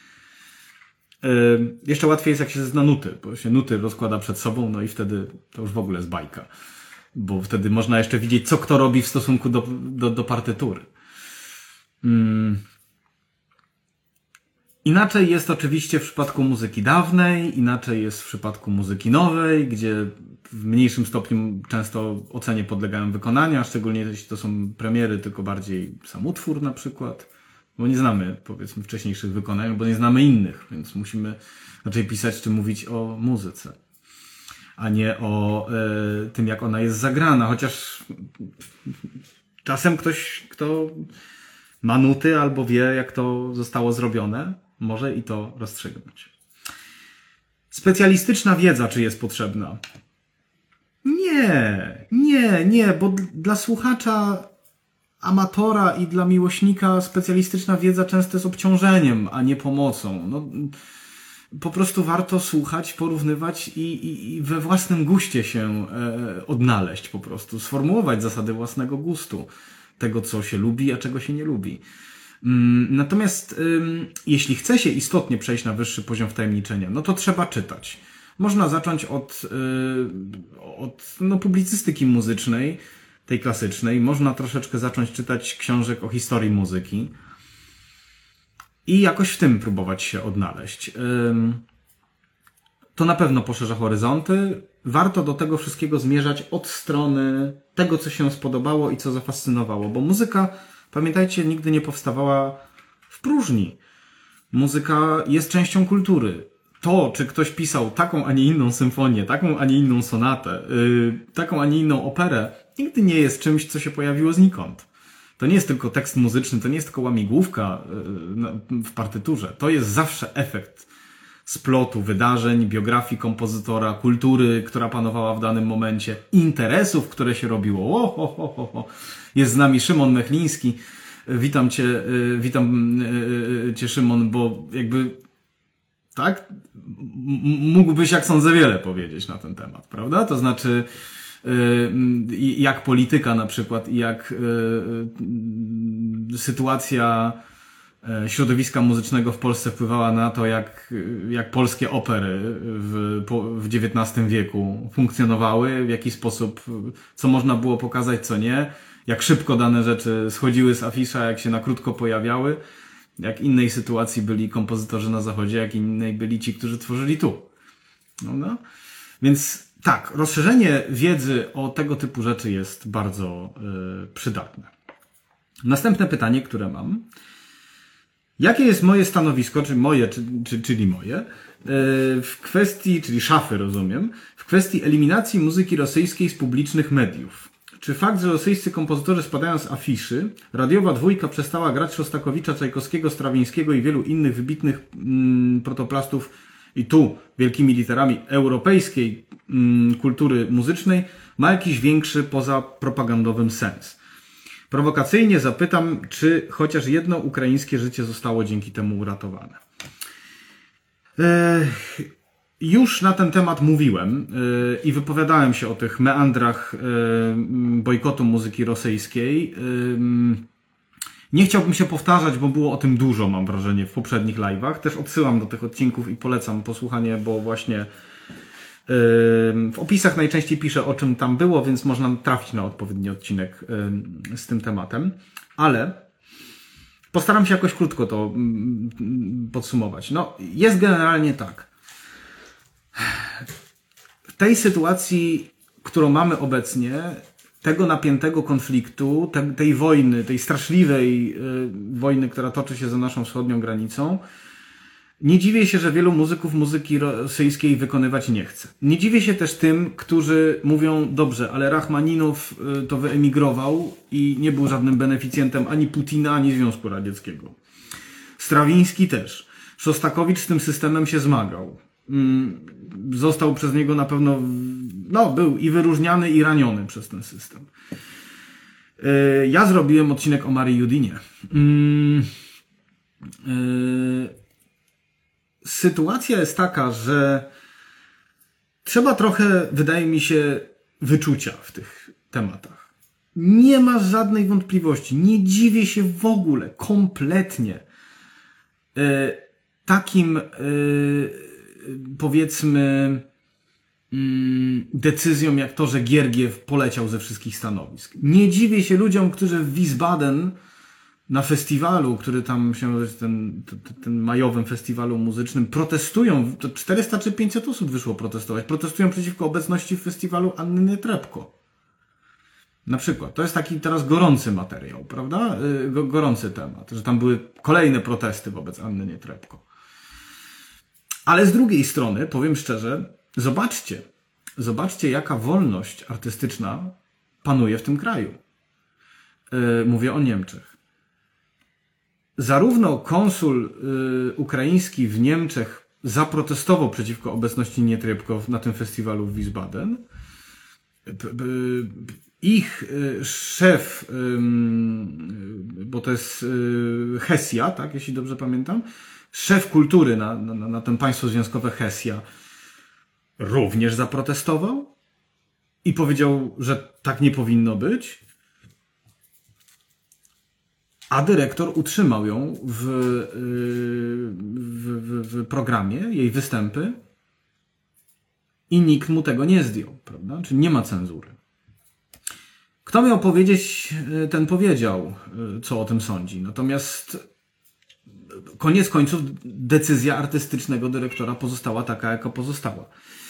Jeszcze łatwiej jest, jak się zna nuty, bo się nuty rozkłada przed sobą, no i wtedy to już w ogóle jest bajka. Bo wtedy można jeszcze widzieć, co kto robi w stosunku do, do, do partytury. Hmm. Inaczej jest oczywiście w przypadku muzyki dawnej, inaczej jest w przypadku muzyki nowej, gdzie w mniejszym stopniu często ocenie podlegają wykonania, szczególnie jeśli to są premiery, tylko bardziej sam utwór na przykład. Bo nie znamy, powiedzmy, wcześniejszych wykonań, bo nie znamy innych, więc musimy raczej pisać czy mówić o muzyce, a nie o y, tym, jak ona jest zagrana. Chociaż czasem ktoś, kto ma nuty albo wie, jak to zostało zrobione, może i to rozstrzygnąć. Specjalistyczna wiedza, czy jest potrzebna? Nie, nie, nie, bo d- dla słuchacza amatora i dla miłośnika specjalistyczna wiedza często jest obciążeniem, a nie pomocą. No, po prostu warto słuchać, porównywać i, i, i we własnym guście się e, odnaleźć po prostu, sformułować zasady własnego gustu, tego co się lubi, a czego się nie lubi. Mm, natomiast ym, jeśli chce się istotnie przejść na wyższy poziom wtajemniczenia, no to trzeba czytać. Można zacząć od, yy, od no, publicystyki muzycznej, tej klasycznej. Można troszeczkę zacząć czytać książek o historii muzyki i jakoś w tym próbować się odnaleźć. To na pewno poszerza horyzonty. Warto do tego wszystkiego zmierzać od strony tego, co się spodobało i co zafascynowało, bo muzyka, pamiętajcie, nigdy nie powstawała w próżni. Muzyka jest częścią kultury. To, czy ktoś pisał taką, a nie inną symfonię, taką, a nie inną sonatę, yy, taką, a nie inną operę, nigdy nie jest czymś, co się pojawiło znikąd. To nie jest tylko tekst muzyczny, to nie jest tylko łamigłówka yy, w partyturze. To jest zawsze efekt splotu wydarzeń, biografii kompozytora, kultury, która panowała w danym momencie, interesów, które się robiło. O, ho, ho, ho, ho. Jest z nami Szymon Mechliński. Witam cię, yy, witam yy, cię, Szymon, bo jakby tak? Mógłbyś, jak sądzę, wiele powiedzieć na ten temat, prawda? To znaczy, yy, jak polityka na przykład i jak yy, sytuacja środowiska muzycznego w Polsce wpływała na to, jak, jak polskie opery w, w dziewiętnastym wieku funkcjonowały, w jaki sposób, co można było pokazać, co nie, jak szybko dane rzeczy schodziły z afisza, jak się na krótko pojawiały. Jak innej sytuacji byli kompozytorzy na zachodzie, jak innej byli ci, którzy tworzyli tu. No, no. Więc tak, rozszerzenie wiedzy o tego typu rzeczy jest bardzo yy, przydatne. Następne pytanie, które mam. Jakie jest moje stanowisko, czy moje, czy, czy, czyli moje, yy, w kwestii, czyli szafy rozumiem, w kwestii eliminacji muzyki rosyjskiej z publicznych mediów? Czy fakt, że rosyjscy kompozytorzy spadają z afiszy, radiowa dwójka przestała grać Szostakowicza, Czajkowskiego, Strawińskiego i wielu innych wybitnych mm, protoplastów i tu wielkimi literami europejskiej mm, kultury muzycznej, ma jakiś większy poza propagandowym sens? Prowokacyjnie zapytam, czy chociaż jedno ukraińskie życie zostało dzięki temu uratowane. Eee... Już na ten temat mówiłem yy, i wypowiadałem się o tych meandrach yy, bojkotu muzyki rosyjskiej. Yy, nie chciałbym się powtarzać, bo było o tym dużo, mam wrażenie, w poprzednich live'ach. Też odsyłam do tych odcinków i polecam posłuchanie, bo właśnie yy, w opisach najczęściej piszę, o czym tam było, więc można trafić na odpowiedni odcinek yy, z tym tematem. Ale postaram się jakoś krótko to yy, podsumować. No, jest generalnie tak. W tej sytuacji, którą mamy obecnie, tego napiętego konfliktu, te, tej wojny, tej straszliwej y, wojny, która toczy się za naszą wschodnią granicą, nie dziwię się, że wielu muzyków muzyki rosyjskiej wykonywać nie chce. Nie dziwię się też tym, którzy mówią, dobrze, ale Rachmaninow y, to wyemigrował i nie był żadnym beneficjentem ani Putina, ani Związku Radzieckiego. Strawiński też. Szostakowicz z tym systemem się zmagał. Został przez niego na pewno, no, był i wyróżniany, i raniony przez ten system. Ja zrobiłem odcinek o Marii Judinie. Sytuacja jest taka, że trzeba trochę, wydaje mi się, wyczucia w tych tematach. Nie ma żadnej wątpliwości. Nie dziwię się w ogóle, kompletnie takim powiedzmy decyzją jak to, że Giergiew poleciał ze wszystkich stanowisk. Nie dziwię się ludziom, którzy w Wiesbaden na festiwalu, który tam się, ten, ten majowym festiwalu muzycznym, protestują, to czterysta czy pięćset osób wyszło protestować, protestują przeciwko obecności w festiwalu Anny Netrebko. Na przykład. To jest taki teraz gorący materiał, prawda? Gorący temat, że tam były kolejne protesty wobec Anny Netrebko. Ale z drugiej strony, powiem szczerze, zobaczcie, zobaczcie jaka wolność artystyczna panuje w tym kraju. Yy, mówię o Niemczech. Zarówno konsul yy, ukraiński w Niemczech zaprotestował przeciwko obecności Netrebko na tym festiwalu w Wiesbaden, ich szef, bo to jest Hesja, tak, jeśli dobrze pamiętam, szef kultury na, na, na ten państwo związkowe Hesja również zaprotestował i powiedział, że tak nie powinno być, a dyrektor utrzymał ją w, w, w, w programie, jej występy, i nikt mu tego nie zdjął, prawda? Czyli nie ma cenzury. Kto miał powiedzieć, ten powiedział, co o tym sądzi. Natomiast koniec końców decyzja artystycznego dyrektora pozostała taka, jaka pozostała.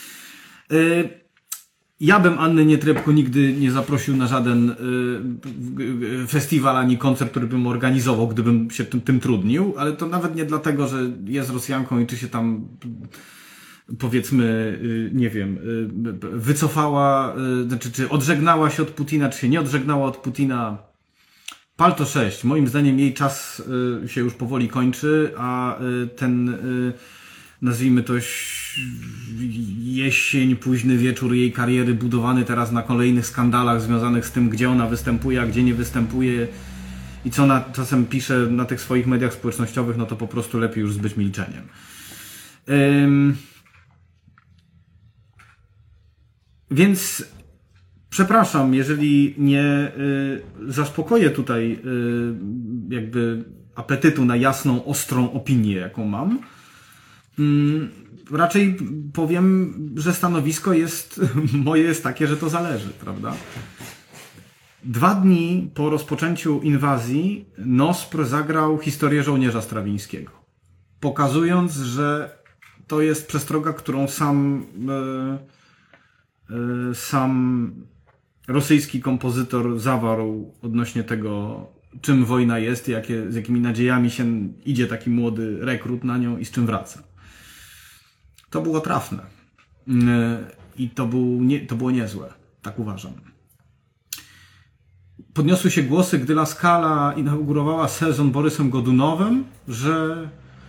Ja bym Anny Nietrebko nigdy nie zaprosił na żaden festiwal ani koncert, który bym organizował, gdybym się tym, tym trudnił, ale to nawet nie dlatego, że jest Rosjanką i czy się tam, powiedzmy, nie wiem, wycofała, znaczy, czy odżegnała się od Putina, czy się nie odżegnała od Putina. Palto sześć. Moim zdaniem jej czas się już powoli kończy, a ten, nazwijmy to, jesień, późny wieczór jej kariery budowany teraz na kolejnych skandalach związanych z tym, gdzie ona występuje, a gdzie nie występuje i co ona czasem pisze na tych swoich mediach społecznościowych, no to po prostu lepiej już zbyć milczeniem. Ym... Więc przepraszam, jeżeli nie y, zaspokoję tutaj y, jakby apetytu na jasną, ostrą opinię, jaką mam. Y, raczej powiem, że stanowisko jest moje jest takie, że to zależy, prawda? Dwa dni po rozpoczęciu inwazji Nospr zagrał historię żołnierza Strawińskiego, pokazując, że to jest przestroga, którą sam y, sam rosyjski kompozytor zawarł odnośnie tego, czym wojna jest, jakie, z jakimi nadziejami się idzie taki młody rekrut na nią i z czym wraca. To było trafne. I to, był nie, to było niezłe. Tak uważam. Podniosły się głosy, gdy La Scala inaugurowała sezon Borysem Godunowem, że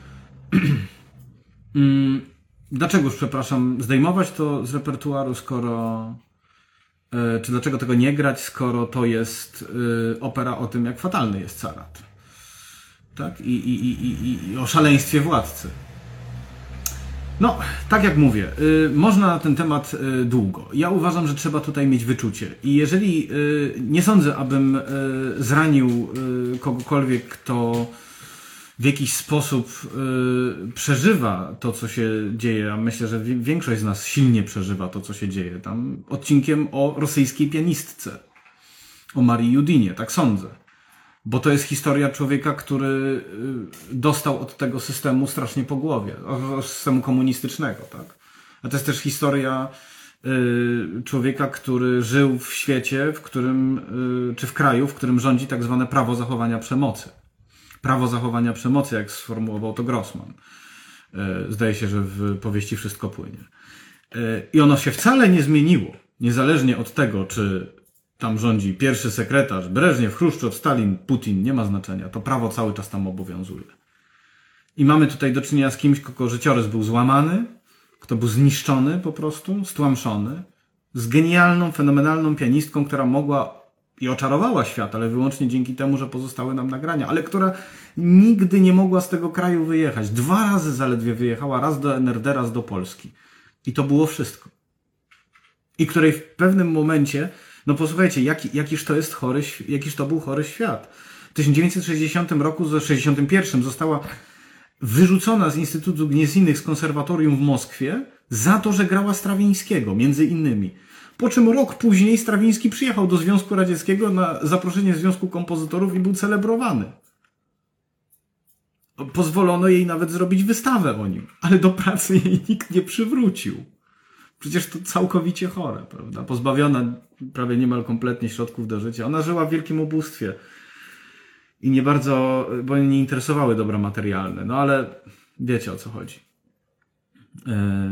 dlaczegoż, przepraszam, zdejmować to z repertuaru, skoro... Czy dlaczego tego nie grać, skoro to jest opera o tym, jak fatalny jest carat. Tak? I, i, i, i, i o szaleństwie władcy. No, tak jak mówię, można na ten temat długo. Ja uważam, że trzeba tutaj mieć wyczucie. I jeżeli nie sądzę, abym zranił kogokolwiek, kto w jakiś sposób y, przeżywa to, co się dzieje, a myślę, że większość z nas silnie przeżywa to, co się dzieje tam, odcinkiem o rosyjskiej pianistce, o Marii Judinie, tak sądzę. Bo to jest historia człowieka, który y, dostał od tego systemu strasznie po głowie, od systemu komunistycznego, tak? A to jest też historia y, człowieka, który żył w świecie, w którym, y, czy w kraju, w którym rządzi tak zwane prawo zachowania przemocy. Prawo zachowania przemocy, jak sformułował to Grossman. Zdaje się, że w powieści Wszystko płynie. I ono się wcale nie zmieniło. Niezależnie od tego, czy tam rządzi pierwszy sekretarz, Breżniew, Chruszczow, Stalin, Putin, nie ma znaczenia. To prawo cały czas tam obowiązuje. I mamy tutaj do czynienia z kimś, kogo życiorys był złamany, kto był zniszczony po prostu, stłamszony, z genialną, fenomenalną pianistką, która mogła i oczarowała świat, ale wyłącznie dzięki temu, że pozostały nam nagrania, ale która nigdy nie mogła z tego kraju wyjechać. Dwa razy zaledwie wyjechała, raz do N R D, raz do Polski. I to było wszystko. I której w pewnym momencie, no posłuchajcie, jaki, jakiż to jest chory, jakiż to był chory świat. W tysiąc dziewięćset sześćdziesiątym roku, w sześćdziesiątym pierwszym została wyrzucona z Instytutu Gnieźnieńnych z konserwatorium w Moskwie za to, że grała Strawińskiego, między innymi. Po czym rok później Strawiński przyjechał do Związku Radzieckiego na zaproszenie Związku Kompozytorów i był celebrowany. Pozwolono jej nawet zrobić wystawę o nim, ale do pracy jej nikt nie przywrócił. Przecież to całkowicie chore, prawda? Pozbawiona prawie niemal kompletnie środków do życia. Ona żyła w wielkim ubóstwie i nie bardzo, bo nie interesowały dobra materialne. No ale wiecie, o co chodzi. Yy...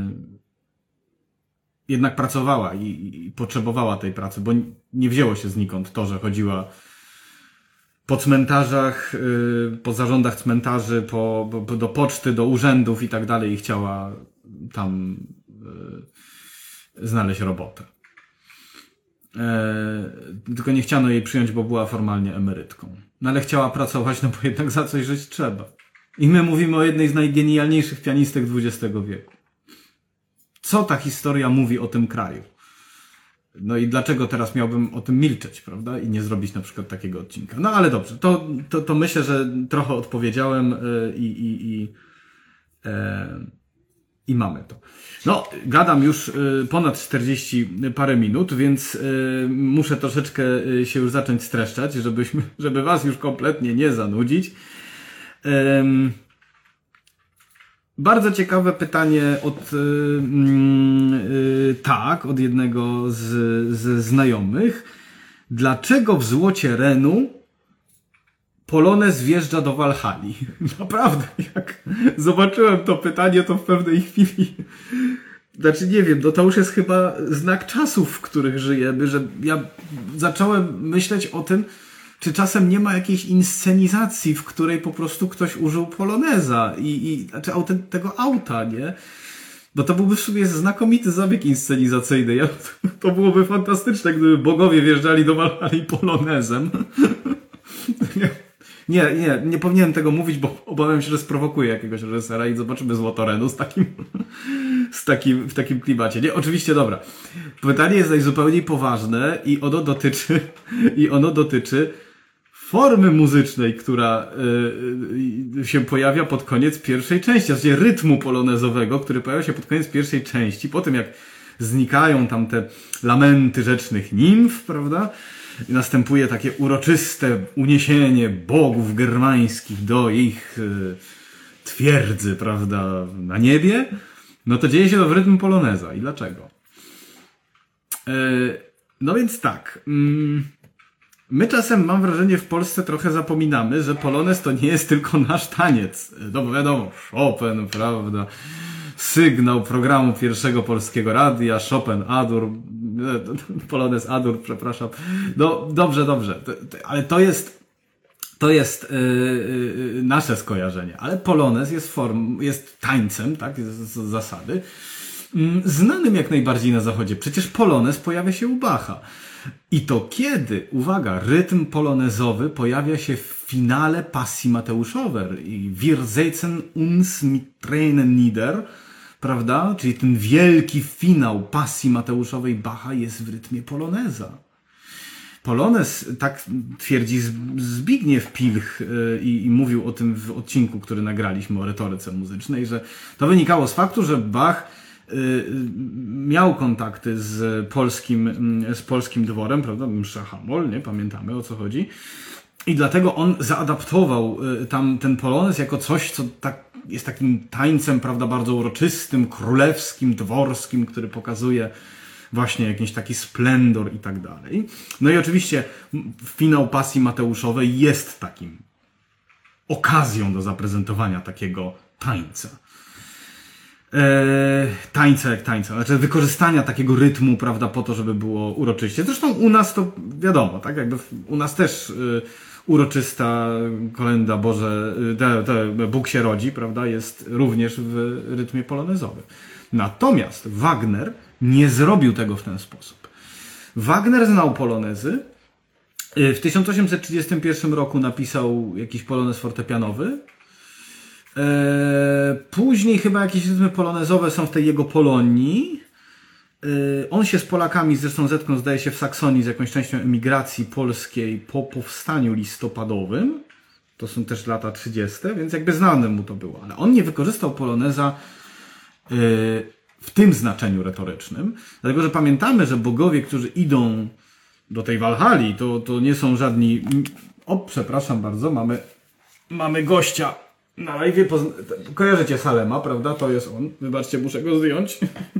Jednak pracowała i, i potrzebowała tej pracy, bo nie wzięło się znikąd to, że chodziła po cmentarzach, yy, po zarządach cmentarzy, po, po, do poczty, do urzędów i tak dalej i chciała tam yy, znaleźć robotę. e, tylko nie chciano jej przyjąć, bo była formalnie emerytką. No ale chciała pracować, no bo jednak za coś żyć trzeba. I my mówimy o jednej z najgenialniejszych pianistek dwudziestego wieku. Co ta historia mówi o tym kraju? No i dlaczego teraz miałbym o tym milczeć, prawda? I nie zrobić na przykład takiego odcinka. No ale dobrze, to, to, to myślę, że trochę odpowiedziałem yy, i, i, i, yy, i mamy to. No, gadam już yy, ponad czterdzieści parę minut, więc yy, muszę troszeczkę yy, się już zacząć streszczać, żebyśmy, żeby was już kompletnie nie zanudzić. Yy, Bardzo ciekawe pytanie od yy, yy, tak, od jednego z, z znajomych. Dlaczego w Złocie Renu Polonez wjeżdża do Walhalli? Naprawdę, jak zobaczyłem to pytanie, to w pewnej chwili, znaczy nie wiem, no to już jest chyba znak czasów, w których żyjemy, że ja zacząłem myśleć o tym, czy czasem nie ma jakiejś inscenizacji, w której po prostu ktoś użył poloneza i, i znaczy autent, tego auta, nie? Bo to byłby w sumie znakomity zabieg inscenizacyjny. Ja, to byłoby fantastyczne, gdyby bogowie wjeżdżali do Walhalli polonezem. Nie, nie, nie powinienem tego mówić, bo obawiam się, że sprowokuję jakiegoś reżysera i zobaczymy Złoto Renu z takim, z takim, w takim klimacie. Nie, oczywiście, dobra. Pytanie jest najzupełniej poważne i ono dotyczy, i ono dotyczy formy muzycznej, która y, się pojawia pod koniec pierwszej części, a znaczy rytmu polonezowego, który pojawia się pod koniec pierwszej części, po tym jak znikają tam te lamenty rzecznych nimf, prawda? I następuje takie uroczyste uniesienie bogów germańskich do ich y, twierdzy, prawda, na niebie, no to dzieje się to w rytm poloneza. I dlaczego? Y, no więc tak... Mm, My czasem, mam wrażenie, w Polsce trochę zapominamy, że polonez to nie jest tylko nasz taniec. No bo wiadomo, Chopin, prawda, sygnał programu pierwszego polskiego radia, Chopin, Adur, polonez, Adur, przepraszam. No dobrze, dobrze, ale to jest, to jest yy, yy, nasze skojarzenie. Ale polonez jest form, jest tańcem, tak, jest z zasady, yy, znanym jak najbardziej na zachodzie. Przecież polonez pojawia się u Bacha. I to kiedy, uwaga, rytm polonezowy pojawia się w finale Pasji Mateuszowej i Wir setzen uns mit Tränen nieder, prawda? Czyli ten wielki finał Pasji Mateuszowej Bacha jest w rytmie poloneza. Polonez, tak twierdzi Zbigniew Pilch i, i mówił o tym w odcinku, który nagraliśmy o retoryce muzycznej, że to wynikało z faktu, że Bach miał kontakty z polskim, z polskim dworem, prawda, msza Hamol, nie pamiętamy, o co chodzi, i dlatego on zaadaptował tam ten polonez jako coś, co tak jest takim tańcem, prawda, bardzo uroczystym, królewskim, dworskim, który pokazuje właśnie jakiś taki splendor i tak dalej. No i oczywiście finał Pasji Mateuszowej jest takim okazją do zaprezentowania takiego tańca. Eee, tańca jak tańca, znaczy wykorzystania takiego rytmu, prawda, po to, żeby było uroczyście. Zresztą u nas to wiadomo, tak, jakby u nas też y, uroczysta kolenda Boże, y, te, te, Bóg się rodzi, prawda, jest również w rytmie polonezowym. Natomiast Wagner nie zrobił tego w ten sposób. Wagner znał polonezy. W tysiąc osiemset trzydziestym pierwszym roku napisał jakiś polonez fortepianowy. Później chyba jakieś rytmy polonezowe są w tej jego Polonii. On się z Polakami zresztą zetknął, zdaje się, w Saksonii z jakąś częścią emigracji polskiej po powstaniu listopadowym. To są też lata trzydzieste, więc jakby znane mu to było. Ale on nie wykorzystał poloneza w tym znaczeniu retorycznym, dlatego że pamiętamy, że bogowie, którzy idą do tej Walhalli, to, to nie są żadni... O, przepraszam bardzo, mamy, mamy gościa na live. Pozna... Kojarzycie Salema, prawda? To jest on. Wybaczcie, muszę go zdjąć.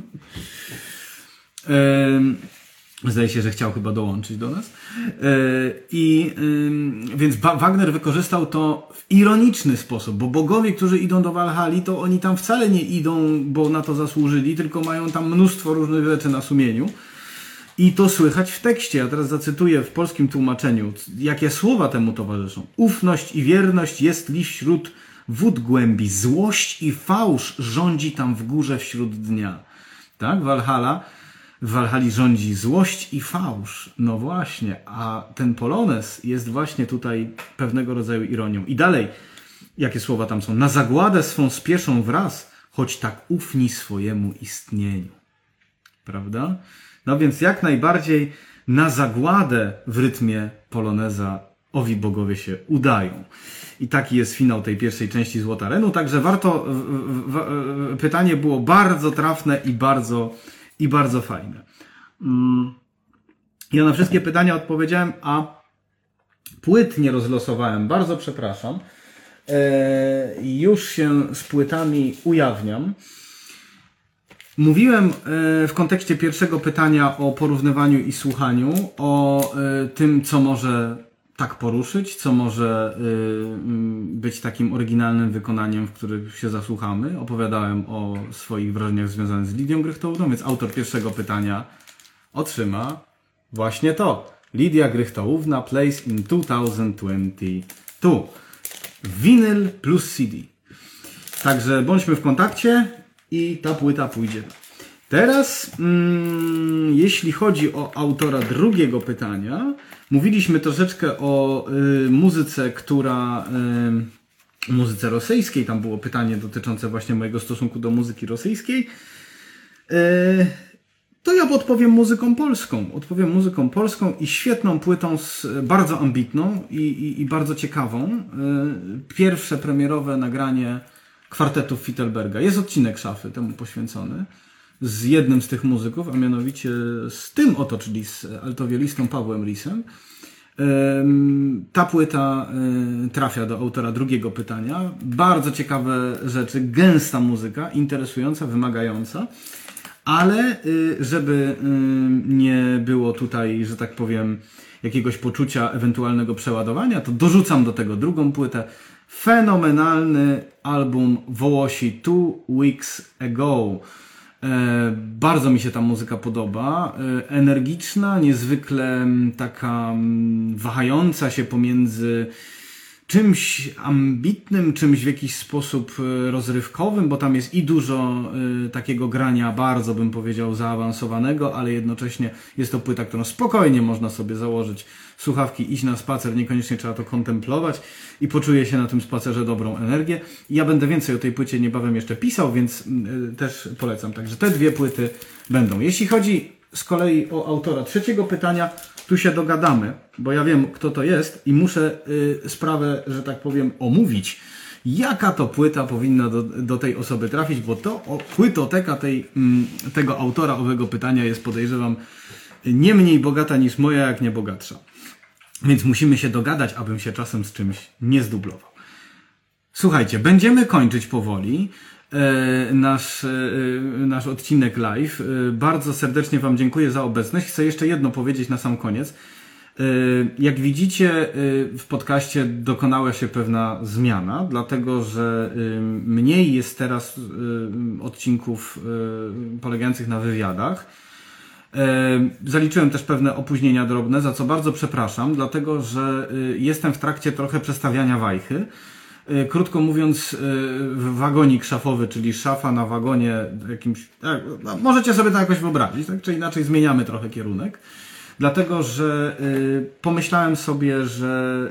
Zdaje się, że chciał chyba dołączyć do nas. I więc Wagner wykorzystał to w ironiczny sposób, bo bogowie, którzy idą do Walhalli, to oni tam wcale nie idą, bo na to zasłużyli, tylko mają tam mnóstwo różnych rzeczy na sumieniu. I to słychać w tekście. Ja teraz zacytuję w polskim tłumaczeniu, jakie słowa temu towarzyszą. Ufność i wierność jest li wśród wód głębi. Złość i fałsz rządzi tam w górze wśród dnia. Tak? Walhalla W Walhalli rządzi złość i fałsz. No właśnie, a ten polonez jest właśnie tutaj pewnego rodzaju ironią. I dalej, jakie słowa tam są? Na zagładę swą spieszą wraz, choć tak ufni swojemu istnieniu. Prawda? No więc jak najbardziej na zagładę w rytmie poloneza owi bogowie się udają. I taki jest finał tej pierwszej części Złota Renu, także warto, w, w, w, pytanie było bardzo trafne i bardzo, i bardzo fajne. Ja na wszystkie pytania odpowiedziałem, a płyt nie rozlosowałem. Bardzo przepraszam. E, już się z płytami ujawniam. Mówiłem w kontekście pierwszego pytania o porównywaniu i słuchaniu, o tym, co może tak poruszyć, co może być takim oryginalnym wykonaniem, w którym się zasłuchamy. Opowiadałem o swoich wrażeniach związanych z Lidią Grychtołówną, więc autor pierwszego pytania otrzyma właśnie to. Lidia Grychtołówna plays in dwa tysiące dwudziesty drugi. Winyl plus C D. Także bądźmy w kontakcie i ta płyta pójdzie. Teraz, mm, jeśli chodzi o autora drugiego pytania, mówiliśmy troszeczkę o y, muzyce, która... Y, muzyce rosyjskiej. Tam było pytanie dotyczące właśnie mojego stosunku do muzyki rosyjskiej. Y, to ja odpowiem muzyką polską. Odpowiem muzyką polską i świetną płytą, z, bardzo ambitną i, i, i bardzo ciekawą. Y, pierwsze premierowe nagranie kwartetów Fittelberga. Jest odcinek Szafy temu poświęcony z jednym z tych muzyków, a mianowicie z tym oto, czyli z altowiolistą Pawłem Risem. Ta płyta trafia do autora drugiego pytania. Bardzo ciekawe rzeczy, gęsta muzyka, interesująca, wymagająca, ale żeby nie było tutaj, że tak powiem, jakiegoś poczucia ewentualnego przeładowania, to dorzucam do tego drugą płytę. Fenomenalny album Wołosi Two Weeks Ago. E, bardzo mi się ta muzyka podoba. E, energiczna, niezwykle taka wahająca się pomiędzy czymś ambitnym, czymś w jakiś sposób rozrywkowym, bo tam jest i dużo y, takiego grania bardzo, bym powiedział, zaawansowanego, ale jednocześnie jest to płyta, którą spokojnie można sobie założyć słuchawki, iść na spacer, niekoniecznie trzeba to kontemplować i poczuje się na tym spacerze dobrą energię. I ja będę więcej o tej płycie niebawem jeszcze pisał, więc y, też polecam. Także te dwie płyty będą. Jeśli chodzi z kolei o autora trzeciego pytania, tu się dogadamy, bo ja wiem, kto to jest i muszę y, sprawę, że tak powiem, omówić, jaka to płyta powinna do, do tej osoby trafić, bo to o, płytoteka tej, mm, tego autora owego pytania jest, podejrzewam, nie mniej bogata niż moja, jak nie bogatsza. Więc musimy się dogadać, abym się czasem z czymś nie zdublował. Słuchajcie, będziemy kończyć powoli nasz, nasz odcinek live. Bardzo serdecznie Wam dziękuję za obecność. Chcę jeszcze jedno powiedzieć na sam koniec. Jak widzicie, w podcaście dokonała się pewna zmiana, dlatego że mniej jest teraz odcinków polegających na wywiadach. Zaliczyłem też pewne opóźnienia drobne, za co bardzo przepraszam, dlatego że jestem w trakcie trochę przestawiania wajchy. Krótko mówiąc, wagonik szafowy, czyli szafa na wagonie jakimś, no, możecie sobie to jakoś wyobrazić, tak czy inaczej zmieniamy trochę kierunek, dlatego że y, pomyślałem sobie, że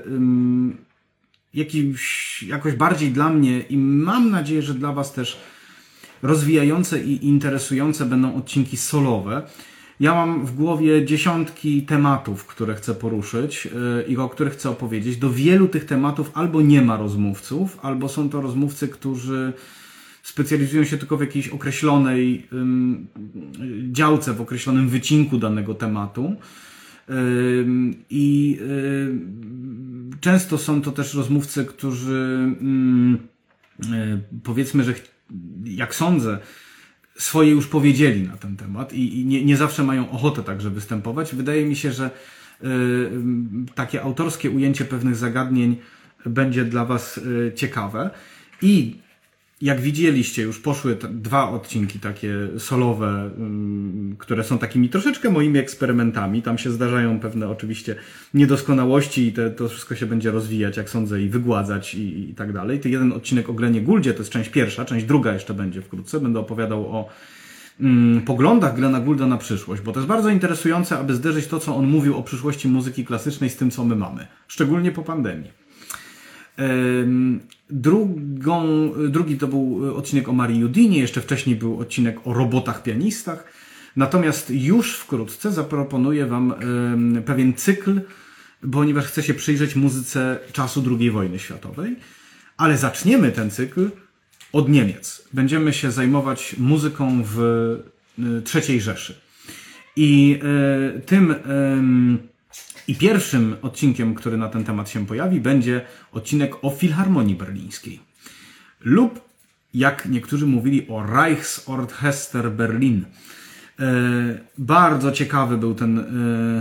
y, jakimś, jakoś bardziej dla mnie i mam nadzieję, że dla Was też rozwijające i interesujące będą odcinki solowe. Ja mam w głowie dziesiątki tematów, które chcę poruszyć yy, i o których chcę opowiedzieć. Do wielu tych tematów albo nie ma rozmówców, albo są to rozmówcy, którzy specjalizują się tylko w jakiejś określonej yy, działce, w określonym wycinku danego tematu. I yy, yy, często są to też rozmówcy, którzy yy, yy, powiedzmy, że jak sądzę, swoje już powiedzieli na ten temat i, i nie, nie zawsze mają ochotę także występować. Wydaje mi się, że y, takie autorskie ujęcie pewnych zagadnień będzie dla Was y, ciekawe. I jak widzieliście, już poszły t- dwa odcinki takie solowe, y, które są takimi troszeczkę moimi eksperymentami. Tam się zdarzają pewne oczywiście niedoskonałości i te, to wszystko się będzie rozwijać, jak sądzę, i wygładzać i, i tak dalej. To jeden odcinek o Glenie Gouldzie, to jest część pierwsza, część druga jeszcze będzie wkrótce. Będę opowiadał o poglądach Glena Goulda na przyszłość, bo to jest bardzo interesujące, aby zderzyć to, co on mówił o przyszłości muzyki klasycznej z tym, co my mamy, szczególnie po pandemii. Drugą, drugi to był odcinek o Marii Judinie, jeszcze wcześniej był odcinek o robotach pianistach, natomiast już wkrótce zaproponuję Wam pewien cykl, ponieważ chcę się przyjrzeć muzyce czasu drugiej wojny światowej, ale zaczniemy ten cykl od Niemiec. Będziemy się zajmować muzyką w trzeciej Rzeszy. I y, tym y, i pierwszym odcinkiem, który na ten temat się pojawi, będzie odcinek o Filharmonii Berlińskiej. Lub, jak niektórzy mówili, o Reichsorchester Berlin. Y, bardzo ciekawy był ten y,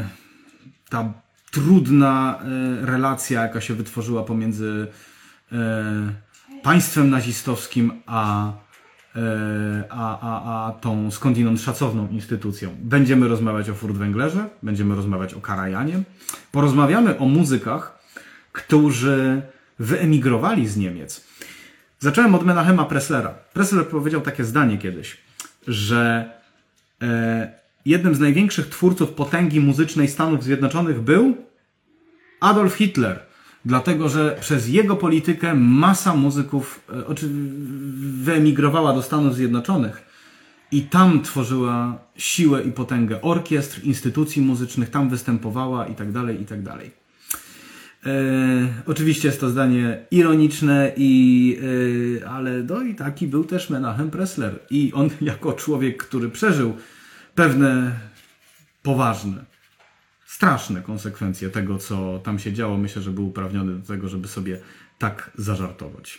ta trudna y, relacja, jaka się wytworzyła pomiędzy y, państwem nazistowskim, a, a, a, a tą skądinąd szacowną instytucją. Będziemy rozmawiać o Furtwänglerze, będziemy rozmawiać o Karajanie. Porozmawiamy o muzykach, którzy wyemigrowali z Niemiec. Zacząłem od Menachema Presslera. Pressler powiedział takie zdanie kiedyś, że e, jednym z największych twórców potęgi muzycznej Stanów Zjednoczonych był Adolf Hitler. Dlatego, że przez jego politykę masa muzyków wyemigrowała do Stanów Zjednoczonych i tam tworzyła siłę i potęgę orkiestr, instytucji muzycznych, tam występowała i tak dalej, i tak dalej. E, oczywiście jest to zdanie ironiczne, i, e, ale no i taki był też Menachem Pressler. I on jako człowiek, który przeżył pewne poważne, straszne konsekwencje tego, co tam się działo, myślę, że był uprawniony do tego, żeby sobie tak zażartować.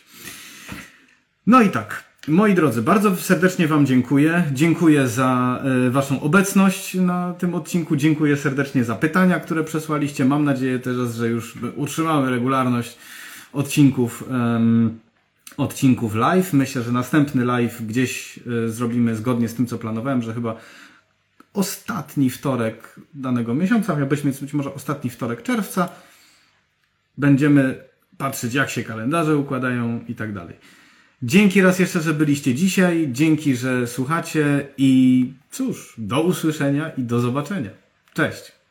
No i tak, moi drodzy, bardzo serdecznie Wam dziękuję. Dziękuję za y, Waszą obecność na tym odcinku. Dziękuję serdecznie za pytania, które przesłaliście. Mam nadzieję teraz, że już utrzymamy regularność odcinków, um, odcinków live. Myślę, że następny live gdzieś y, zrobimy zgodnie z tym, co planowałem, że chyba ostatni wtorek danego miesiąca, miał być być może ostatni wtorek czerwca. Będziemy patrzeć, jak się kalendarze układają i tak dalej. Dzięki raz jeszcze, że byliście dzisiaj. Dzięki, że słuchacie i cóż, do usłyszenia i do zobaczenia. Cześć!